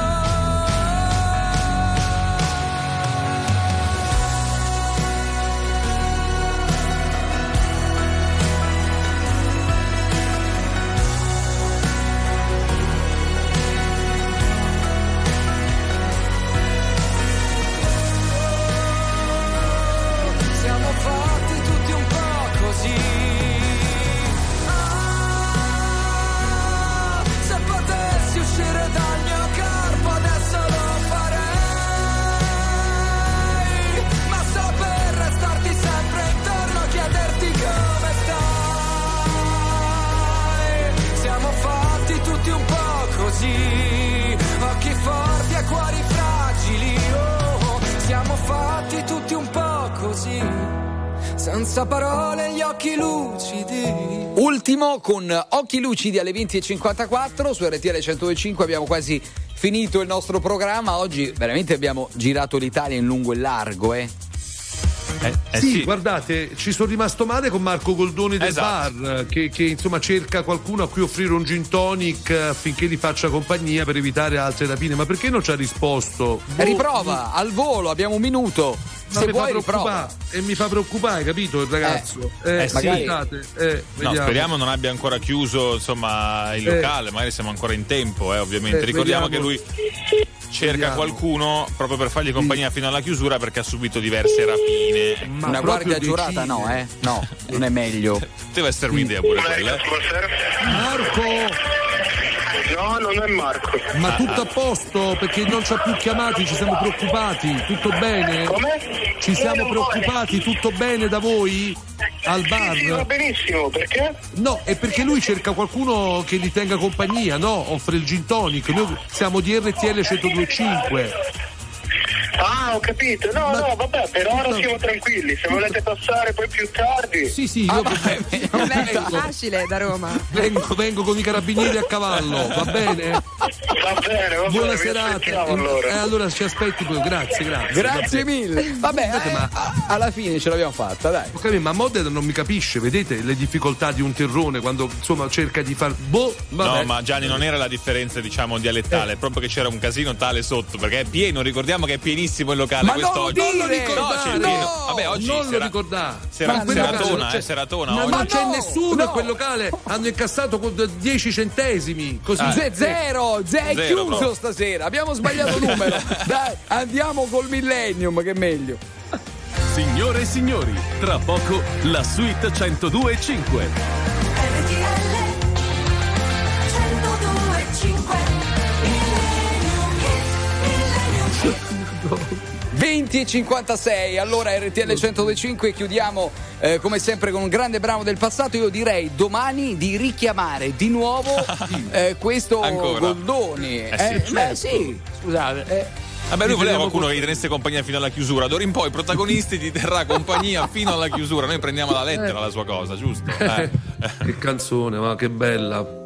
Siamo fatti tutti un po' così. Se potessi uscire dal mio corpo adesso lo farei, ma solo per restarti sempre intorno, chiederti come stai. Siamo fatti tutti un po' così, occhi forti e cuori fragili. Oh, siamo fatti tutti un po' così, senza parole, gli occhi lucidi. Ultimo con Occhi lucidi alle 20.54 su RTL 102.5. Abbiamo quasi finito il nostro programma. Oggi veramente abbiamo girato l'Italia in lungo e largo, sì, guardate, ci sono rimasto male con Marco Goldoni del Esatto. bar che insomma cerca qualcuno a cui offrire un gin tonic affinché gli faccia compagnia per evitare altre rapine. Ma perché non ci ha risposto? Riprova al volo, abbiamo un minuto. No, Se mi vuoi fa riprova. preoccupare, e mi fa preoccupare, capito il ragazzo? sì. Aspettate, No, vediamo. speriamo non abbia ancora chiuso insomma il locale, magari siamo ancora in tempo, ovviamente. Ricordiamo vediamo. che lui cerca qualcuno proprio per fargli compagnia fino alla chiusura perché ha subito diverse rapine. Una guardia giurata no, no, non è meglio. Deve essere un'idea pure quella. Marco! No, non è Marco. Ma tutto a posto? Perché non ci ha più chiamati, ci siamo preoccupati. Tutto bene? Come? Ci siamo preoccupati, tutto bene da voi? Al bar? Sì, va benissimo, perché? No, è perché lui cerca qualcuno che gli tenga compagnia, no? Offre il gin tonic. Noi siamo di RTL 102.5. Ah, ho capito. No, vabbè, per ora siamo tranquilli. Se volete passare poi più tardi. Sì, io Beh, è facile da Roma. vengo con i carabinieri a cavallo, va bene? Va bene, buona vi serata. aspettiamo, allora. Allora ci aspetti poi, grazie. Grazie mille. Vabbè, Ma alla fine ce l'abbiamo fatta, dai. ok, ma Modena non mi capisce, vedete le difficoltà di un terrone quando insomma cerca di far vabbè. No, ma Gianni, non era la differenza, diciamo, dialettale, è proprio che c'era un casino tale sotto, perché è pieno, ricordiamo che è pienissimo il locale Ma quest'oggi. non lo dire! No, c'è pieno. No! Vabbè, oggi Non lo ricordare. Seratona. Ma oggi. non c'è nessuno in quel locale, hanno incassato con 10 centesimi. Così. Zero, è chiuso proprio. Stasera. Abbiamo sbagliato numero. Dai, andiamo col Millennium, che è meglio. Signore e signori, tra poco la suite 102.5. RTL 102.5 20:56, allora RTL 102.5 chiudiamo come sempre con un grande brano del passato. Io direi domani di richiamare di nuovo questo Ancora? Goldoni. Sì, scusate. Vabbè, lui voleva qualcuno che gli tenesse compagnia fino alla chiusura. D'ora in poi i protagonisti ti terrà compagnia fino alla chiusura. Noi prendiamo la lettera la sua cosa, giusto? Che canzone, ma che bella.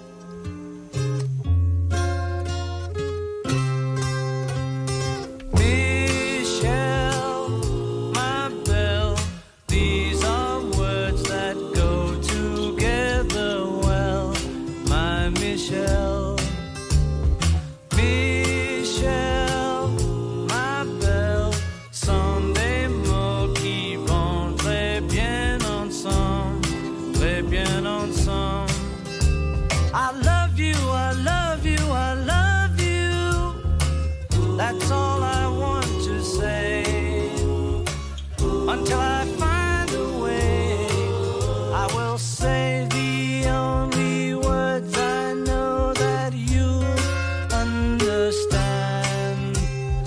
That's all I want to say. Until I find a way, I will say the only words I know that you understand.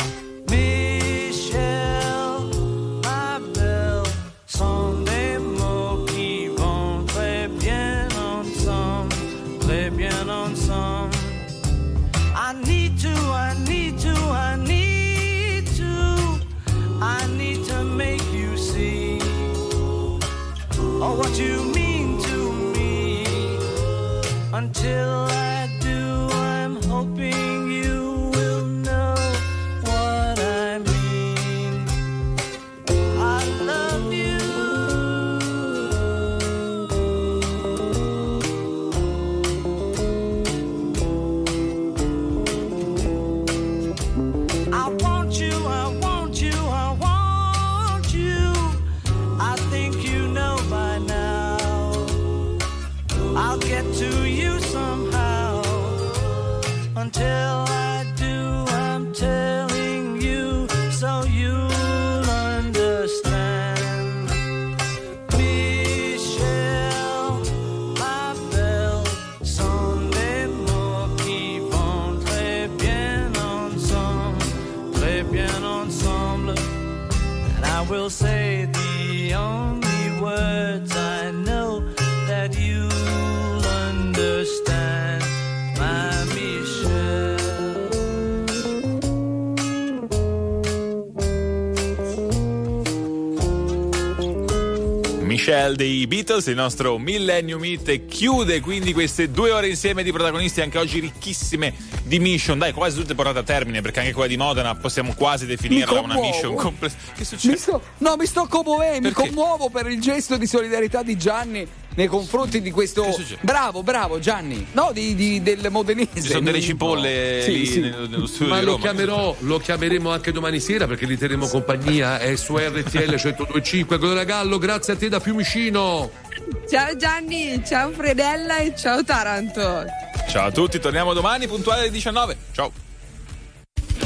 Michel, ma belle, sont des mots qui vont très bien ensemble, très bien ensemble. I need to make you see what you mean to me. Until I do, I'm hoping you will know what I mean. I love you. I want you, I want you, I want you. I think you know by now. I'll get to you somehow. Until I do, I'm telling you so you'll understand. Michel, ma belle, sont des mots qui vont très bien ensemble, très bien ensemble. And I will say the only words I know that you'll understand, my Michel. Michel dei Beatles, il nostro Millennium Hit, chiude quindi queste 2 ore insieme di protagonisti anche oggi ricchissime di mission, dai, quasi tutte portate a termine, perché anche quella di Modena possiamo quasi definirla una mission completa. Che succede? Mi sto commuovendo, mi commuovo per il gesto di solidarietà di Gianni nei confronti di questo bravo Gianni, no, del modenese. Ci sono delle cipolle lì nello studio ma di Roma. lo chiameremo anche domani sera perché gli terremo compagnia, è su RTL 102.5. Gloria Gallo, grazie a te da Fiumicino. Ciao Gianni, ciao Fredella e ciao Taranto. Ciao a tutti, torniamo domani puntuale alle 19. Ciao.